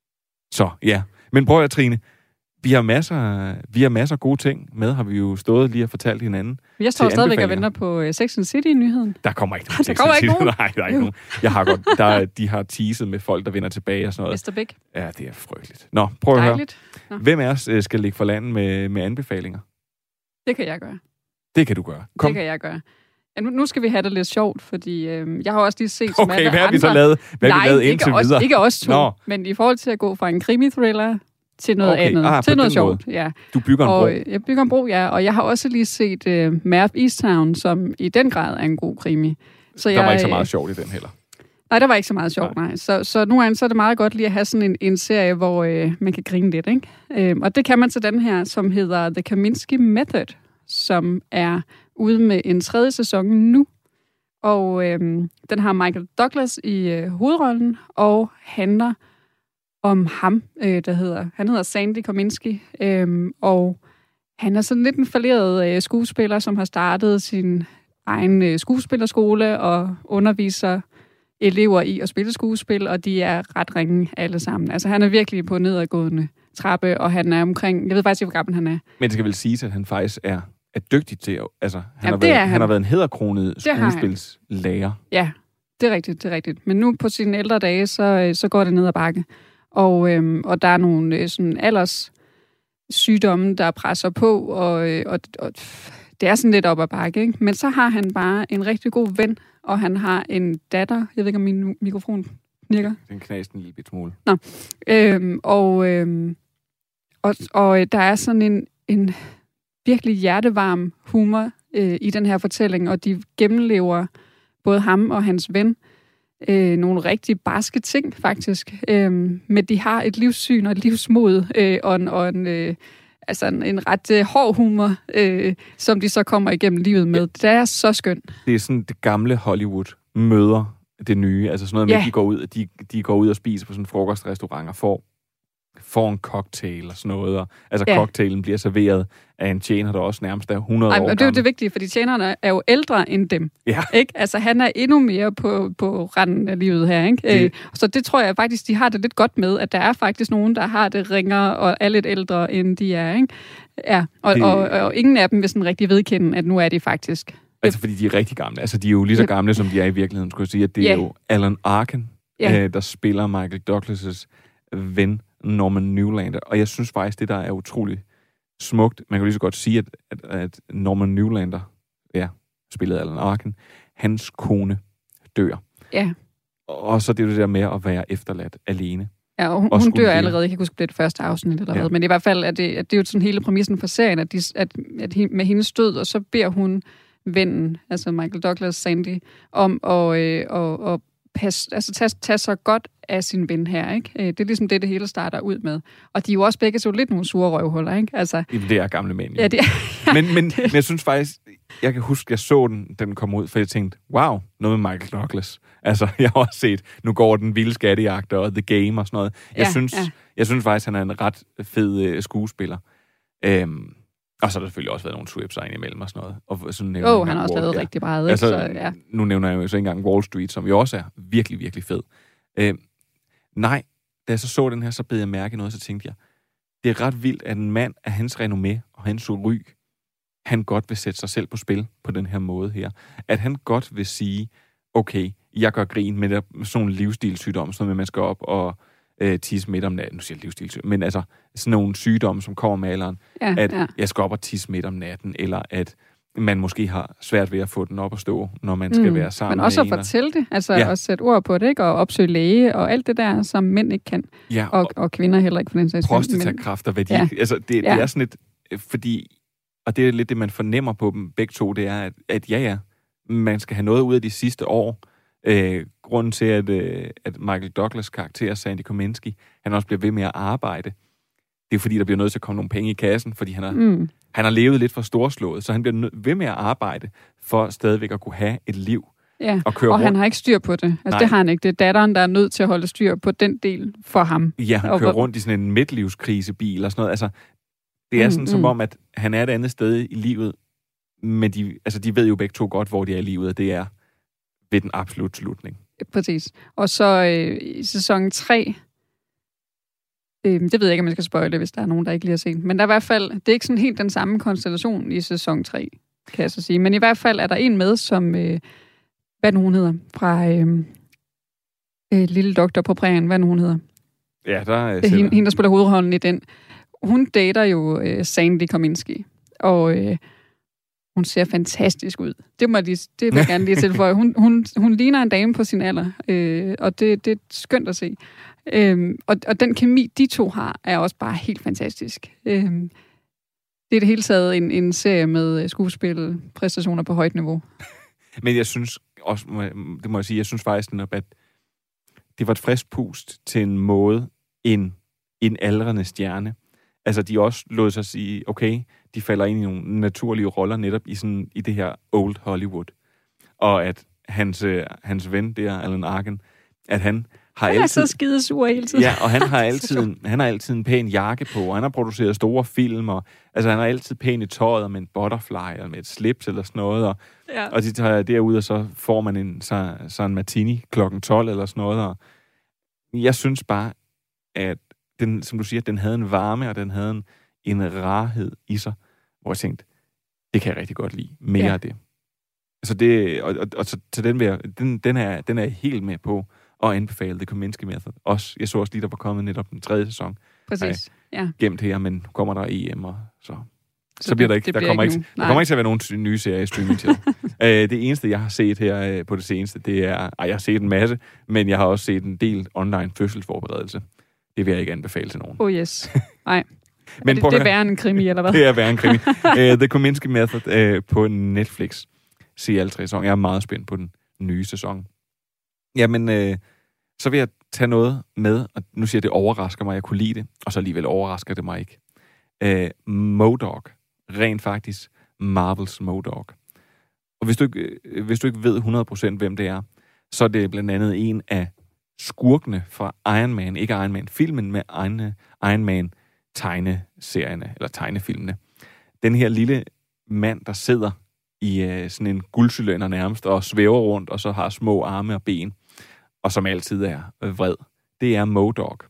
Så ja, men prøv at Trine, vi har masser af gode ting med, har vi jo stået lige og fortalt hinanden. Jeg står stadigvæk og venter på Sex and City-nyheden. Der kommer ikke nogen Sex and City. Nej, der er ikke nogen. Jeg har godt, de har teaset med folk, der vender tilbage og sådan noget. Mr. Big. Ja, det er frygteligt. Nå, prøv at høre. Hvem af os skal ligge for landet med anbefalinger? Det kan jeg gøre. Det kan du gøre. Kom. Det kan jeg gøre. Ja, nu skal vi have det lidt sjovt, fordi jeg har også lige set... Okay, hvad har vi så lavet? Hvad har vi lavet indtil videre? Ikke os to, men i forhold til at gå fra en krimi-thriller til noget andet. Til noget sjovt, ja. Du bygger en bro. Jeg bygger en bro, ja. Og jeg har også lige set Mare of Easttown, som i den grad er en god krimi. Så der var ikke så meget sjovt i den heller. Nej, der var ikke så meget sjovt, nej. Så nu er det meget godt lige at have sådan en serie, hvor man kan grine lidt, ikke? Og det kan man til den her, som hedder The Kaminsky Method, som er ude med en 3. sæson nu. Og den har Michael Douglas i hovedrollen, og handler om ham, han hedder Sandy Kaminsky, og han er sådan lidt en falderet skuespiller, som har startet sin egen skuespillerskole og underviser elever i at spille skuespil, og de er ret ringe alle sammen. Altså han er virkelig på nedadgående trappe, og han er omkring, jeg ved faktisk ikke, hvor gammel han er. Men det skal vel siges, at han faktisk er er dygtig til. Altså, han har været en hæderkronet skuespilslærer. Ja, det er rigtigt. Men nu på sine ældre dage, så går det ned ad bakke. Og der er nogle sådan alderssygdomme, der presser på, og det er sådan lidt op ad bakke, ikke? Men så har han bare en rigtig god ven, og han har en datter. Jeg ved ikke, om min mikrofon knirker. Den knaste en lille bit smule. Nå. Og der er sådan en virkelig hjertevarm humor i den her fortælling, og de gennemlever både ham og hans ven nogle rigtig barske ting, faktisk. Men de har et livssyn og et livsmod og en ret hård humor, som de så kommer igennem livet med. Det er så skønt. Det er sådan, det gamle Hollywood møder det nye. Altså sådan noget med, at de går ud og spiser på sådan en frokostrestaurant og får en cocktail og sådan noget. Cocktailen bliver serveret af en tjener, der også nærmest er 100 år gammel. Det er jo det vigtige, fordi tjenerne er jo ældre end dem. Ja. Ikke? Altså, han er endnu mere på randen af livet her. Ikke? Så det tror jeg faktisk, de har det lidt godt med, at der er faktisk nogen, der har det ringere og er lidt ældre, end de er. Ikke? Ja. Og ingen af dem vil sådan rigtig vedkende, at nu er de faktisk. Altså, fordi de er rigtig gamle. Altså, de er jo lige så gamle, som de er i virkeligheden, skulle jeg sige. At det er jo Alan Arkin, der spiller Michael Douglas' ven, Norman Newlander. Og jeg synes faktisk, det der er utroligt smukt. Man kan lige så godt sige, at Norman Newlander, spillede Alan Arkin, hans kone dør. Ja. Og så det der med at være efterladt alene. Ja, og hun dør allerede. Jeg kan ikke huske, det første afsnit eller hvad. Men i hvert fald er det jo sådan hele præmissen for serien, at med hendes død, og så beder hun vennen, altså Michael Douglas Sandy, om at tage sig godt af sin ven her, ikke? Det er ligesom det hele starter ud med. Og de er jo også begge så lidt nogle sure røvhuller, ikke? Altså, det er gamle mænd. Ja, det er, men jeg synes faktisk, jeg kan huske, jeg så den kom ud, for jeg tænkte, wow, noget med Michael Douglas. Altså, jeg har også set, nu går den vilde skattejagt og The Game og sådan noget. Jeg synes faktisk, han er en ret fed skuespiller. Og så har der selvfølgelig også været nogle twips imellem og sådan noget. Og sådan han har også lavet rigtig meget. Altså, nu nævner jeg jo så ikke engang Wall Street, som jo også er virkelig, virkelig fed. Nej, da jeg så den her, så bed jeg mærke noget, så tænkte jeg, det er ret vildt, at en mand af hans renommé og hans ry, han godt vil sætte sig selv på spil på den her måde her. At han godt vil sige, okay, jeg gør grin med sådan nogle livsstilssygdomme, sådan noget med, at man skal op og tisse midt om natten. Nu siger jeg livsstilssygdomme, men altså sådan nogle sygdomme, som kommer med alderen. Jeg skal op og tisse midt om natten, eller at man måske har svært ved at få den op at stå, når man skal være sammen. Men også at fortælle det, altså at sætte ord på det, ikke? Og opsøge læge, og alt det der, som mænd ikke kan. Ja, og kvinder heller ikke for den sags skyld. Prostatakræfter, hvad de ikke... Altså, det er sådan et... Fordi... Og det er lidt det, man fornemmer på dem begge to, det er, at man skal have noget ud af de sidste år. Grunden til, at Michael Douglas' karakter, Sandy Kominsky, han også bliver ved med at arbejde, det er fordi, der bliver nødt til at komme nogle penge i kassen, fordi han har levet lidt for storslået, så han bliver ved med at arbejde for stadigvæk at kunne have et liv. Ja, og han har ikke styr på det. Altså, det har han ikke. Det er datteren, der er nødt til at holde styr på den del for ham. Ja, han kører rundt i sådan en midtlivskrisebil og sådan noget. Altså, det er sådan som om, at han er et andet sted i livet, men de ved jo begge to godt, hvor de er i livet, og det er ved den absolut slutning. Præcis. Og så i sæson 3, det ved jeg ikke, om jeg skal spoile, hvis der er nogen, der ikke lige har set. Men der er i hvert fald, det er ikke sådan helt den samme konstellation i sæson 3, kan jeg så sige. Men i hvert fald er der en med, som, hvad nu hun hedder, fra Lille Doktor på Prærien, hvad nu hun hedder. Ja, der er hende, der spiller hovedrollen i den. Hun dater jo Sandy Kominsky, og hun ser fantastisk ud. Det vil jeg gerne lige tilføje. Hun ligner en dame på sin alder, og det er skønt at se. Og den kemi, de to har, er også bare helt fantastisk. Det er det hele taget en serie med skuespilpræstationer på højt niveau. Men jeg synes også, det må jeg sige, jeg synes faktisk, at det var et frisk pust til en måde, en aldrende stjerne. Altså, de også lod sig sige, okay, de falder ind i nogle naturlige roller netop i det her old Hollywood. Og at hans ven der, Alan Arkin, at han har altid... Han er så skidesur hele tiden. Ja, og han har altid en pæn jakke på, og han har produceret store film, og altså, han har altid pæne tøjet med en butterfly, eller med et slips, eller sådan noget, og de tager derud, og så får man en martini klokken 12, eller sådan noget, og jeg synes bare, at den, som du siger, den havde en varme, og den havde en rarhed i sig, hvor jeg tænkte, Det kan jeg rigtig godt lide. Mere af det. Så det, og så den er jeg helt med på at anbefale The Kominsky Method. Jeg så også lige, der var kommet netop den 3. sæson. Præcis, ja. Gemt her, men nu kommer der EM, og så bliver der ikke, der kommer ikke til at være nogen nye serier i streaming til. Det eneste, jeg har set her på det seneste, det er, jeg har set en masse, men jeg har også set en del online fødselsforberedelse. Det vil jeg ikke anbefale til nogen. Oh yes. Nej. Men det er værre en krimi, eller hvad? Det er værre en krimi. The Kominsky Method på Netflix. Se alle 3 sæsoner. Jeg er meget spændt på den nye sæson. Jamen, så vil jeg tage noget med, og nu siger jeg, det overrasker mig, jeg kunne lide det, og så alligevel overrasker det mig ikke. MODOK. Rent faktisk Marvels MODOK. Og hvis du ikke ved 100% hvem det er, så er det blandt andet en af skurkene fra Iron Man, ikke Iron Man-filmen, men Iron Man-tegneserierne, eller tegnefilmene. Den her lille mand, der sidder i sådan en guldcylinder nærmest, og svæver rundt, og så har små arme og ben, og som altid er vred. Det er MODOK.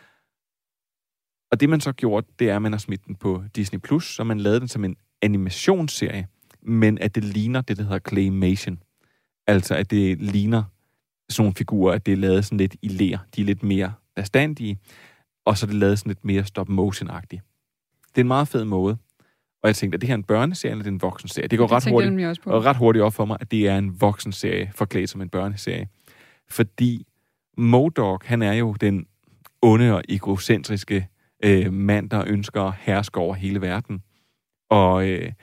Og det man så gjorde, det er, at man har smidt den på Disney+, så man lavede den som en animationsserie, men at det ligner det, der hedder claymation. Altså, at det ligner sådan nogle figurer, at det er lavet sådan lidt i ler. De er lidt mere bestandige, og så er det lavet sådan lidt mere stop-motion-agtigt. Det er en meget fed måde. Og jeg tænkte, at det her er en børneserie, eller det er en voksenserie? Det går ret hurtigt op for mig, at det er en voksenserie, forklædt som en børneserie. Fordi MODOK, han er jo den onde og egocentriske mand, der ønsker at herske over hele verden. Og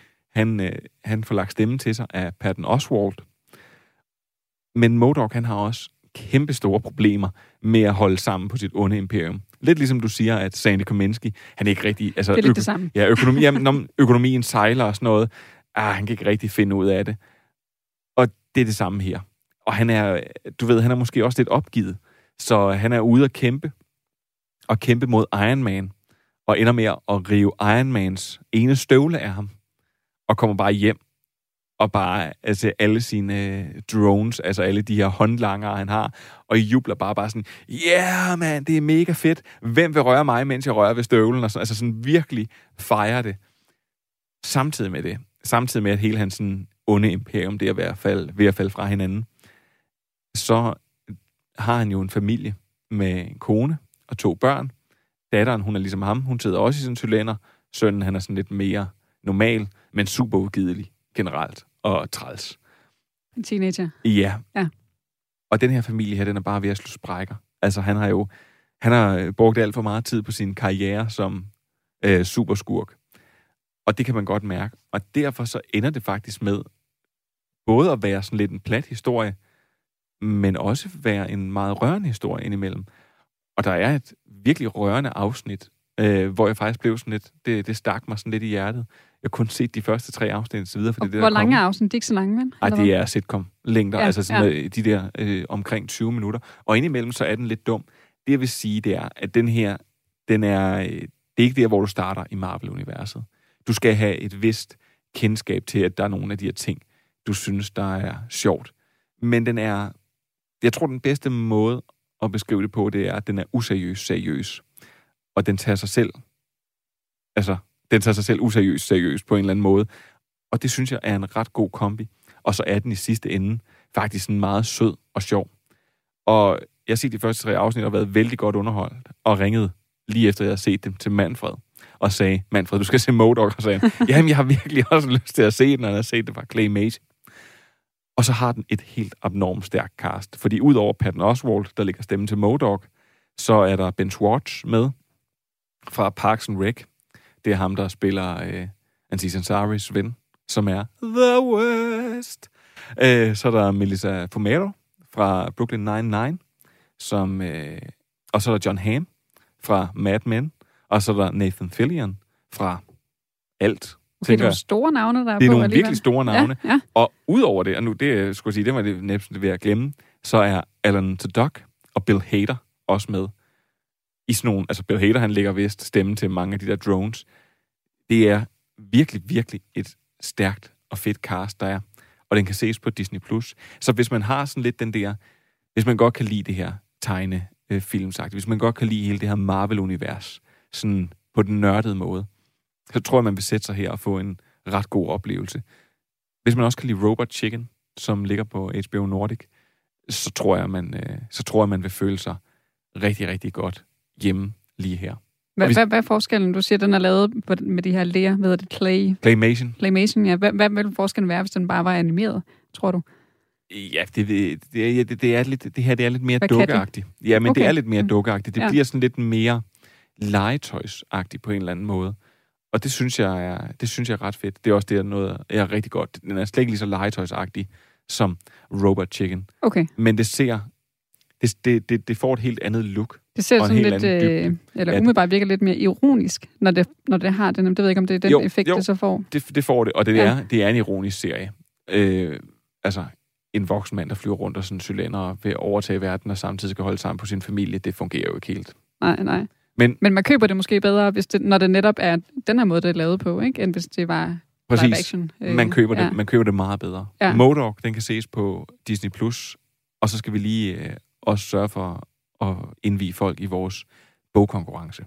han får lagt stemme til sig af Patton Oswalt. Men MODOK, han har også kæmpe store problemer med at holde sammen på sit onde imperium. Lidt ligesom du siger, at Sandy Kominsky, han er ikke rigtig... Altså, det er lidt det samme. Ja, økonomien sejler og sådan noget. Han kan ikke rigtig finde ud af det. Og det er det samme her. Og han er måske også lidt opgivet. Så han er ude at kæmpe mod Iron Man, og ender med at rive Iron Mans ene støvle af ham, og kommer bare hjem, og bare alle sine drones, altså alle de her håndlanger, han har, og jubler bare sådan, yeah, man, det er mega fedt. Hvem vil røre mig, mens jeg rører ved støvlen? Og sådan, altså sådan virkelig fejrer det. Samtidig med, at hele hans sådan onde imperium, det er ved at falde fra hinanden, så har han jo en familie med en kone og 2 børn. Datteren, hun er ligesom ham, hun sidder også i sin cylinder. Sønnen, han er sådan lidt mere normal, men super udgidelig generelt, og træls. En teenager. Ja. Og den her familie her, den er bare ved at slå sprækker. Altså, han har brugt alt for meget tid på sin karriere som superskurk. Og det kan man godt mærke. Og derfor så ender det faktisk med både at være sådan lidt en plat historie, men også være en meget rørende historie indimellem. Og der er et virkelig rørende afsnit, hvor jeg faktisk blev sådan lidt, det stak mig sådan lidt i hjertet. Jeg kunne set de første 3 afsnit så videre. For det, hvor lange afsnit? Det er ikke så lange, vel? Nej, det er sitcom-længder, altså sådan de der omkring 20 minutter. Og indimellem så er den lidt dum. Det jeg vil sige, det er, at det er ikke der, hvor du starter i Marvel-universet. Du skal have et vist kendskab til, at der er nogle af de her ting, du synes, der er sjovt. Men jeg tror, den bedste måde at beskrive det på, det er, at den er seriøs. Og den tager sig selv seriøst på en eller anden måde. Og det synes jeg er en ret god kombi. Og så er den i sidste ende faktisk sådan meget sød og sjov. Og jeg har set de første 3 afsnit og været vældig godt underholdt. Og ringede lige efter, jeg havde set dem til Manfred. Og sagde, Manfred, du skal se MODOK. Og sagde han, jamen jeg har virkelig også lyst til at se den, og jeg har set det fra claymation. Og så har den et helt abnormt stærkt cast. Fordi udover Patton Oswalt, der lægger stemmen til MODOK, så er der Ben Schwartz med fra Parks and Rec. Det er ham, der spiller Aziz Ansari's ven, som er the worst. Så er der Melissa Fumero fra Brooklyn Nine-Nine, og så er der John Hamm fra Mad Men, og så er der Nathan Fillion fra alt. Det er nogle store navne, der er på. Det er nogle virkelig store navne. Ja. Og udover det, og nu det skulle jeg sige, det var det næsten ved at glemme, så er Alan Tudyk og Bill Hader også med. I sådan nogle, altså Bill Hader, han lægger vist stemme til mange af de der drones. Det er virkelig, virkelig et stærkt og fedt cast, der er. Og den kan ses på Disney+. Så hvis man har sådan lidt den der, hvis man godt kan lide det her tegnefilmsagtigt, hvis man godt kan lide hele det her Marvel-univers, sådan på den nørdede måde, så tror jeg, man vil sætte sig her og få en ret god oplevelse. Hvis man også kan lide Robot Chicken, som ligger på HBO Nordic, så tror jeg, man vil føle sig rigtig, rigtig godt hjemme lige her. Hvad er forskellen? Du siger, den er lavet med de her ler, hvad hedder det, Claymation, ja. Hvad vil forskellen være, hvis den bare var animeret, tror du? Ja, det er lidt mere dukkeagtigt. Ja, men det er lidt mere dukkeagtigt. Det bliver sådan lidt mere legetøjsagtigt på en eller anden måde. Og det synes jeg er ret fedt. Det er også det, noget er rigtig godt. Den er slet ikke lige så legetøjsagtig som Robot Chicken. Okay. Men det får et helt andet look. Det ser sådan lidt, umiddelbart virker lidt mere ironisk, når det har den. Det ved jeg ikke, om det er den effekt, det så får. Det får det, og det er en ironisk serie. Altså, en voksen mand, der flyver rundt og sådan cylinder ved at overtage verden, og samtidig skal holde sammen på sin familie, det fungerer jo ikke helt. Nej. Men man køber det måske bedre, når det netop er den her måde, det er lavet på, ikke? End hvis det var live action. Man køber det meget bedre. Ja. MODOK, den kan ses på Disney+, og så skal vi lige også sørge for at indvie folk i vores bogkonkurrence.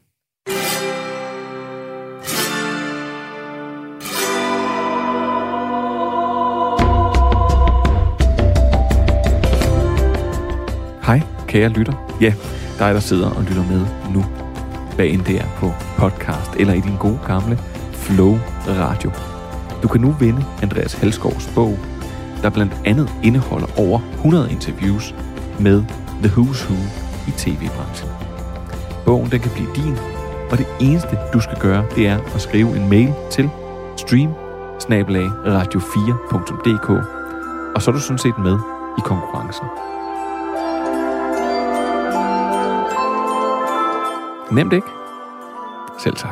Hej, kære lytter. Ja, dig, der sidder og lytter med nu bag en der på podcast eller i din gode gamle Flow Radio. Du kan nu vinde Andreas Halsgaards bog, der blandt andet indeholder over 100 interviews med The Who's Who i tv-branchen. Bogen den kan blive din, og det eneste du skal gøre, det er at skrive en mail til stream@radio4.dk, og så er du sådan set med i konkurrencen. Nemt, ikke? Selv tak.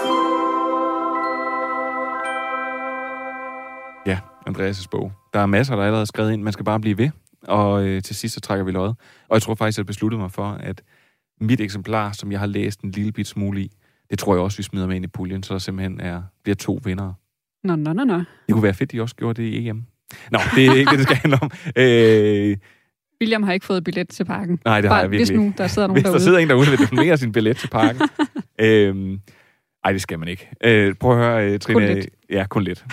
Ja, Andreas' bog. Der er masser, der er allerede skrevet ind. Man skal bare blive ved. Og til sidst så trækker vi løjet. Og jeg tror faktisk, at jeg besluttede mig for, at mit eksemplar, som jeg har læst en lille bit smule i, det tror jeg også, vi smider med ind i puljen, så der simpelthen bliver 2 vindere. Nå. Det kunne være fedt, de også gjorde det i EM. Nå, det er ikke det skal handle om. William har ikke fået billet til parken. Nej, det har jeg virkelig. Hvis nu der sidder nogen derude. Hvis der sidder en derude, vil donere sin billet til parken. Ej, det skal man ikke. Prøv at høre, Trine. Kun lidt. Ja, kun lidt.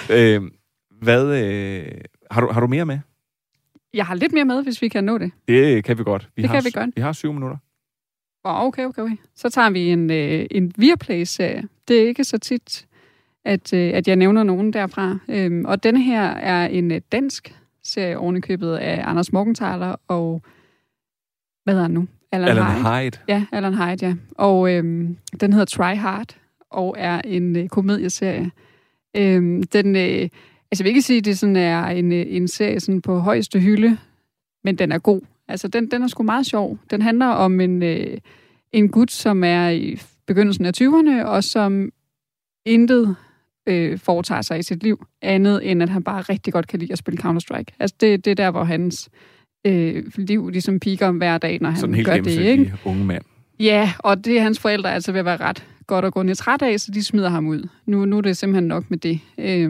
Har du mere med? Jeg har lidt mere med, hvis vi kan nå det. Det kan vi godt. Vi har 7 minutter. Okay. Så tager vi en Viaplay-serie. Det er ikke så tit, at jeg nævner nogen derfra. Og denne her er en dansk serie ovenikøbet af Anders Morgenthaler og... Hvad hedder han nu? Alan Hyde. Ja, Alan Hyde, ja. Og den hedder Try Hard og er en komedieserie. Altså, jeg vil ikke sige, at det sådan er en serie sådan på højeste hylde, men den er god. Altså, den er sgu meget sjov. Den handler om en gut, som er i begyndelsen af 20'erne, og som intet foretager sig i sit liv, andet end at han bare rigtig godt kan lide at spille Counter-Strike. Altså, det er der, hvor hans liv ligesom piker hver dag, når han gør det, ikke? Unge mand. Ja, og det er hans forældre altså ved at være ret godt og grundigt træt af, så de smider ham ud. Nu er det simpelthen nok med det.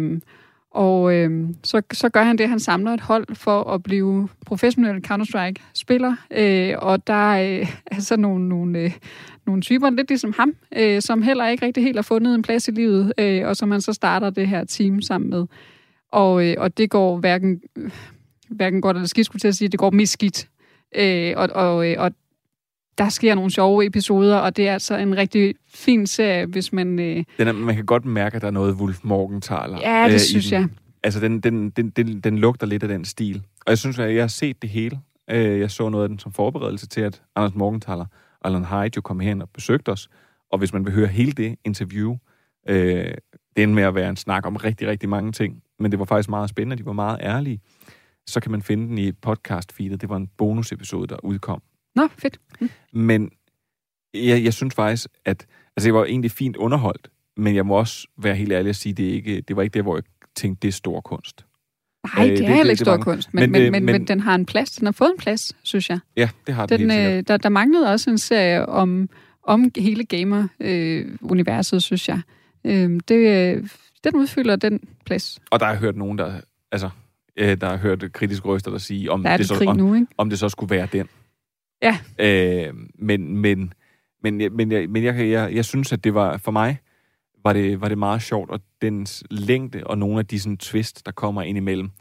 Så gør han det, han samler et hold for at blive professionel Counter-Strike-spiller. Og der er altså nogle typer, lidt ligesom ham, som heller ikke rigtig helt har fundet en plads i livet, og som han så starter det her team sammen med. Og det går hverken godt eller skidt, skulle til at sige, det går mest skidt. Og der sker nogle sjove episoder, og det er altså en rigtig fin serie, hvis man... Man kan godt mærke, at der er noget Wolf Morgenthaler. Ja, det synes jeg. Altså, den lugter lidt af den stil. Og jeg synes, at jeg har set det hele. Jeg så noget af den som forberedelse til, at Anders Morgenthaler og Alan Hyde jo kom hen og besøgte os. Og hvis man vil høre hele det interview, det endte med at være en snak om rigtig, rigtig mange ting. Men det var faktisk meget spændende, de var meget ærlige. Så kan man finde den i podcast-feedet. Det var en bonusepisode, der udkom. Nå, fedt. Men jeg synes faktisk, at jeg var egentlig fint underholdt, men jeg må også være helt ærlig at sige, det var ikke det, hvor jeg tænkte, det er stor kunst. Nej, det er heller ikke stor kunst, men den har en plads. Den har fået en plads, synes jeg. Ja, det har den helt sikkert. Der manglede også en serie om hele gamer-universet, synes jeg. Den udfylder den plads. Og der har jeg hørt nogen, der har hørt kritiske røster, der siger, om det så skulle være den. Ja. Men jeg synes, at det var, for mig, var det meget sjovt, og dens længde og nogle af de sådan twist, der kommer ind imellem,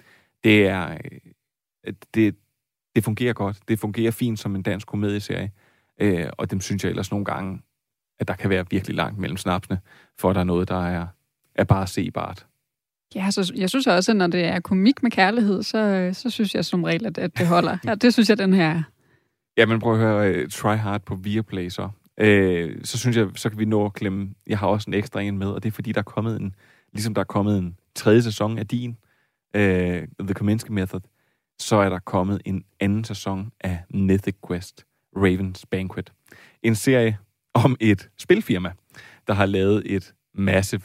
det fungerer godt. Det fungerer fint som en dansk komedieserie, og dem synes jeg ellers nogle gange, at der kan være virkelig langt mellem snapsene, for der er noget, der er bare sebart. Ja, så jeg synes også, at når det er komik med kærlighed, så synes jeg som regel, at det holder. Ja, det synes jeg, den her... Ja, men prøv at høre Try Hard på Viaplay så. Så synes jeg, så kan vi nå at klemme... Jeg har også en ekstra en med, og det er fordi, der er kommet en 3. sæson af din The Kominsky Method, så er der kommet en 2. sæson af Mythic Quest, Raven's Banquet. En serie om et spilfirma, der har lavet et massive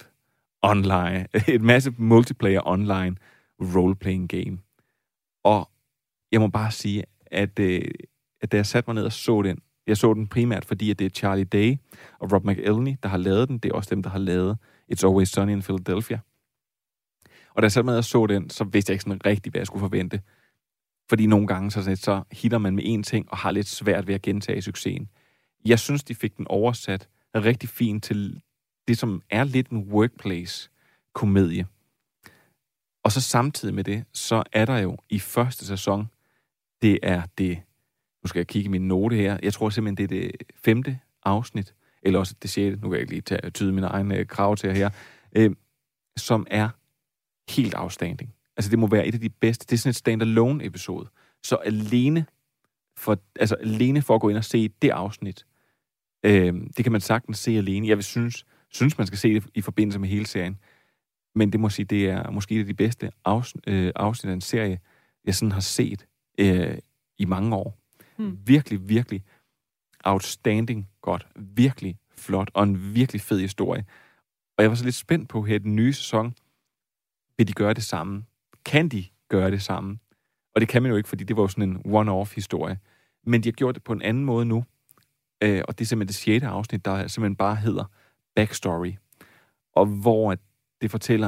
multiplayer online role-playing game. Og jeg må bare sige, at da jeg satte mig ned og så den, jeg så den primært, fordi at det er Charlie Day og Rob McElhenney, der har lavet den. Det er også dem, der har lavet It's Always Sunny in Philadelphia. Og da jeg satte mig ned og så den, så vidste jeg ikke sådan rigtigt, hvad jeg skulle forvente. Fordi nogle gange så hitter man med én ting og har lidt svært ved at gentage succesen. Jeg synes, de fik den oversat rigtig fint til det, som er lidt en workplace-komedie. Og så samtidig med det, så er der jo i første sæson, det er det, nu skal jeg kigge i min note her, jeg tror simpelthen, det er det 5. afsnit, eller også det 6. Nu kan jeg ikke lige tyde min egen krav til her, som er helt outstanding. Altså det må være et af de bedste, det er sådan et stand-alone episode. Så alene for at gå ind og se det afsnit, det kan man sagtens se alene. Jeg synes, man skal se det i forbindelse med hele serien. Men det må sige, det er måske et af de bedste afsnit af en serie, jeg sådan har set i mange år. Virkelig, virkelig outstanding godt. Virkelig flot, og en virkelig fed historie. Og jeg var så lidt spændt på her i den nye sæson, vil de gøre det samme? Kan de gøre det samme? Og det kan man jo ikke, fordi det var jo sådan en one-off historie. Men de har gjort det på en anden måde nu. Og det er simpelthen det 6. afsnit, der simpelthen bare hedder Backstory. Og hvor det fortæller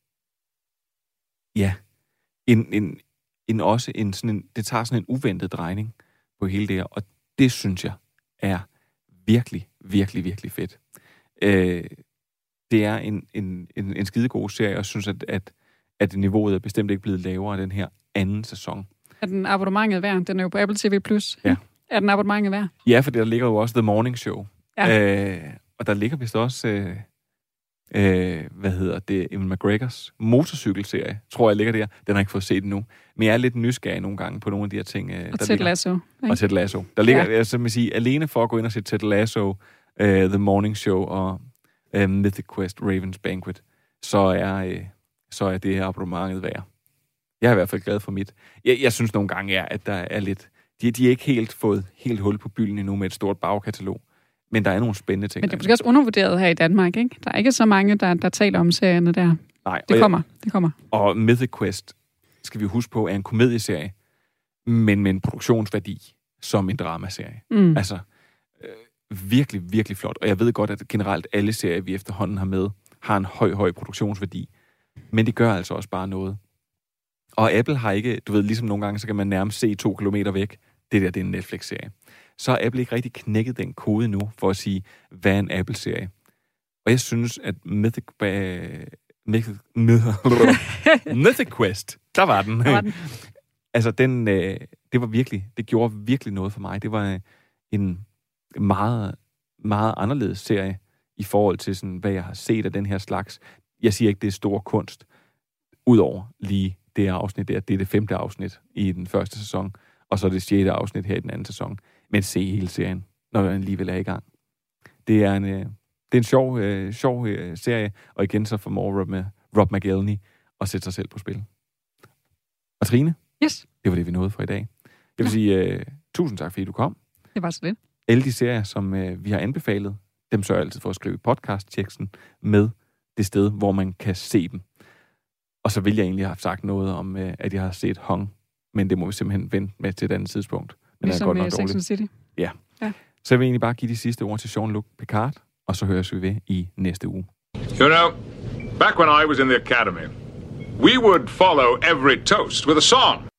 det tager sådan en uventet drejning på hele det her. Og det synes jeg er virkelig, virkelig, virkelig fedt. Det er en skidegod serie, og jeg synes, at niveauet er bestemt ikke blevet lavere af den her 2. sæson. Er den abonnementet værd? Den er jo på Apple TV+. Ja. Er den abonnementet værd? Ja, for der ligger jo også The Morning Show. Ja. Og der ligger vist også, Ewan McGregors motorcykelserie, tror jeg ligger der. Den har jeg ikke fået set endnu. Men jeg er lidt nysgerrig nogle gange på nogle af de her ting. Og Ted Lasso. Og Ted Lasso. Der ligger, som jeg siger, alene for at gå ind og se Ted Lasso, The Morning Show og Mythic Quest, Raven's Banquet, så er det her abonnementet værd. Jeg er i hvert fald glad for mit. Jeg synes nogle gange, at der er lidt... De er ikke helt fået helt hul på bylden endnu med et stort bagkatalog. Men der er nogle spændende ting. Men det er måske også undervurderet her i Danmark, ikke? Der er ikke så mange, der taler om serierne der. Nej. Det kommer. Og Mythic Quest, skal vi huske på, er en komedieserie, men med en produktionsværdi som en dramaserie. Altså, virkelig, virkelig flot. Og jeg ved godt, at generelt alle serier, vi efterhånden har med, har en høj produktionsværdi. Men det gør altså også bare noget. Og Apple har ikke, du ved, ligesom nogle gange, så kan man nærmest se 2 kilometer væk. Det er en Netflix-serie. Så har Apple ikke rigtig knækket den kode nu, for at sige, hvad er en Apple-serie. Og jeg synes, at Mythic Quest, der var den. Altså, det gjorde virkelig noget for mig. Det var en meget, meget anderledes serie i forhold til, sådan, hvad jeg har set af den her slags. Jeg siger ikke, det er stor kunst. Udover lige det her afsnit der. Det er det 5. afsnit i den første sæson. Og så det 6. afsnit her i den anden sæson. Men se hele serien, når den alligevel er i gang. Det er en sjov serie, og igen så formår Rob McElhenney at sætte sig selv på spil. Og Trine, yes. Det var det, vi nåede for i dag. Jeg vil sige tusind tak, fordi du kom. Det var så lidt. Alle de serier, som vi har anbefalet, dem sørger jeg altid for at skrive i podcast-teksten med det sted, hvor man kan se dem. Og så vil jeg egentlig have sagt noget om, at jeg har set Hung, men det må vi simpelthen vente med til et andet tidspunkt. Men ligesom godt med Sex and City. Ja. Så jeg vil egentlig bare give de sidste ord til Jean-Luc Picard, og så høres vi ved i næste uge. You know, back when I was in the academy, we would follow every toast with a song.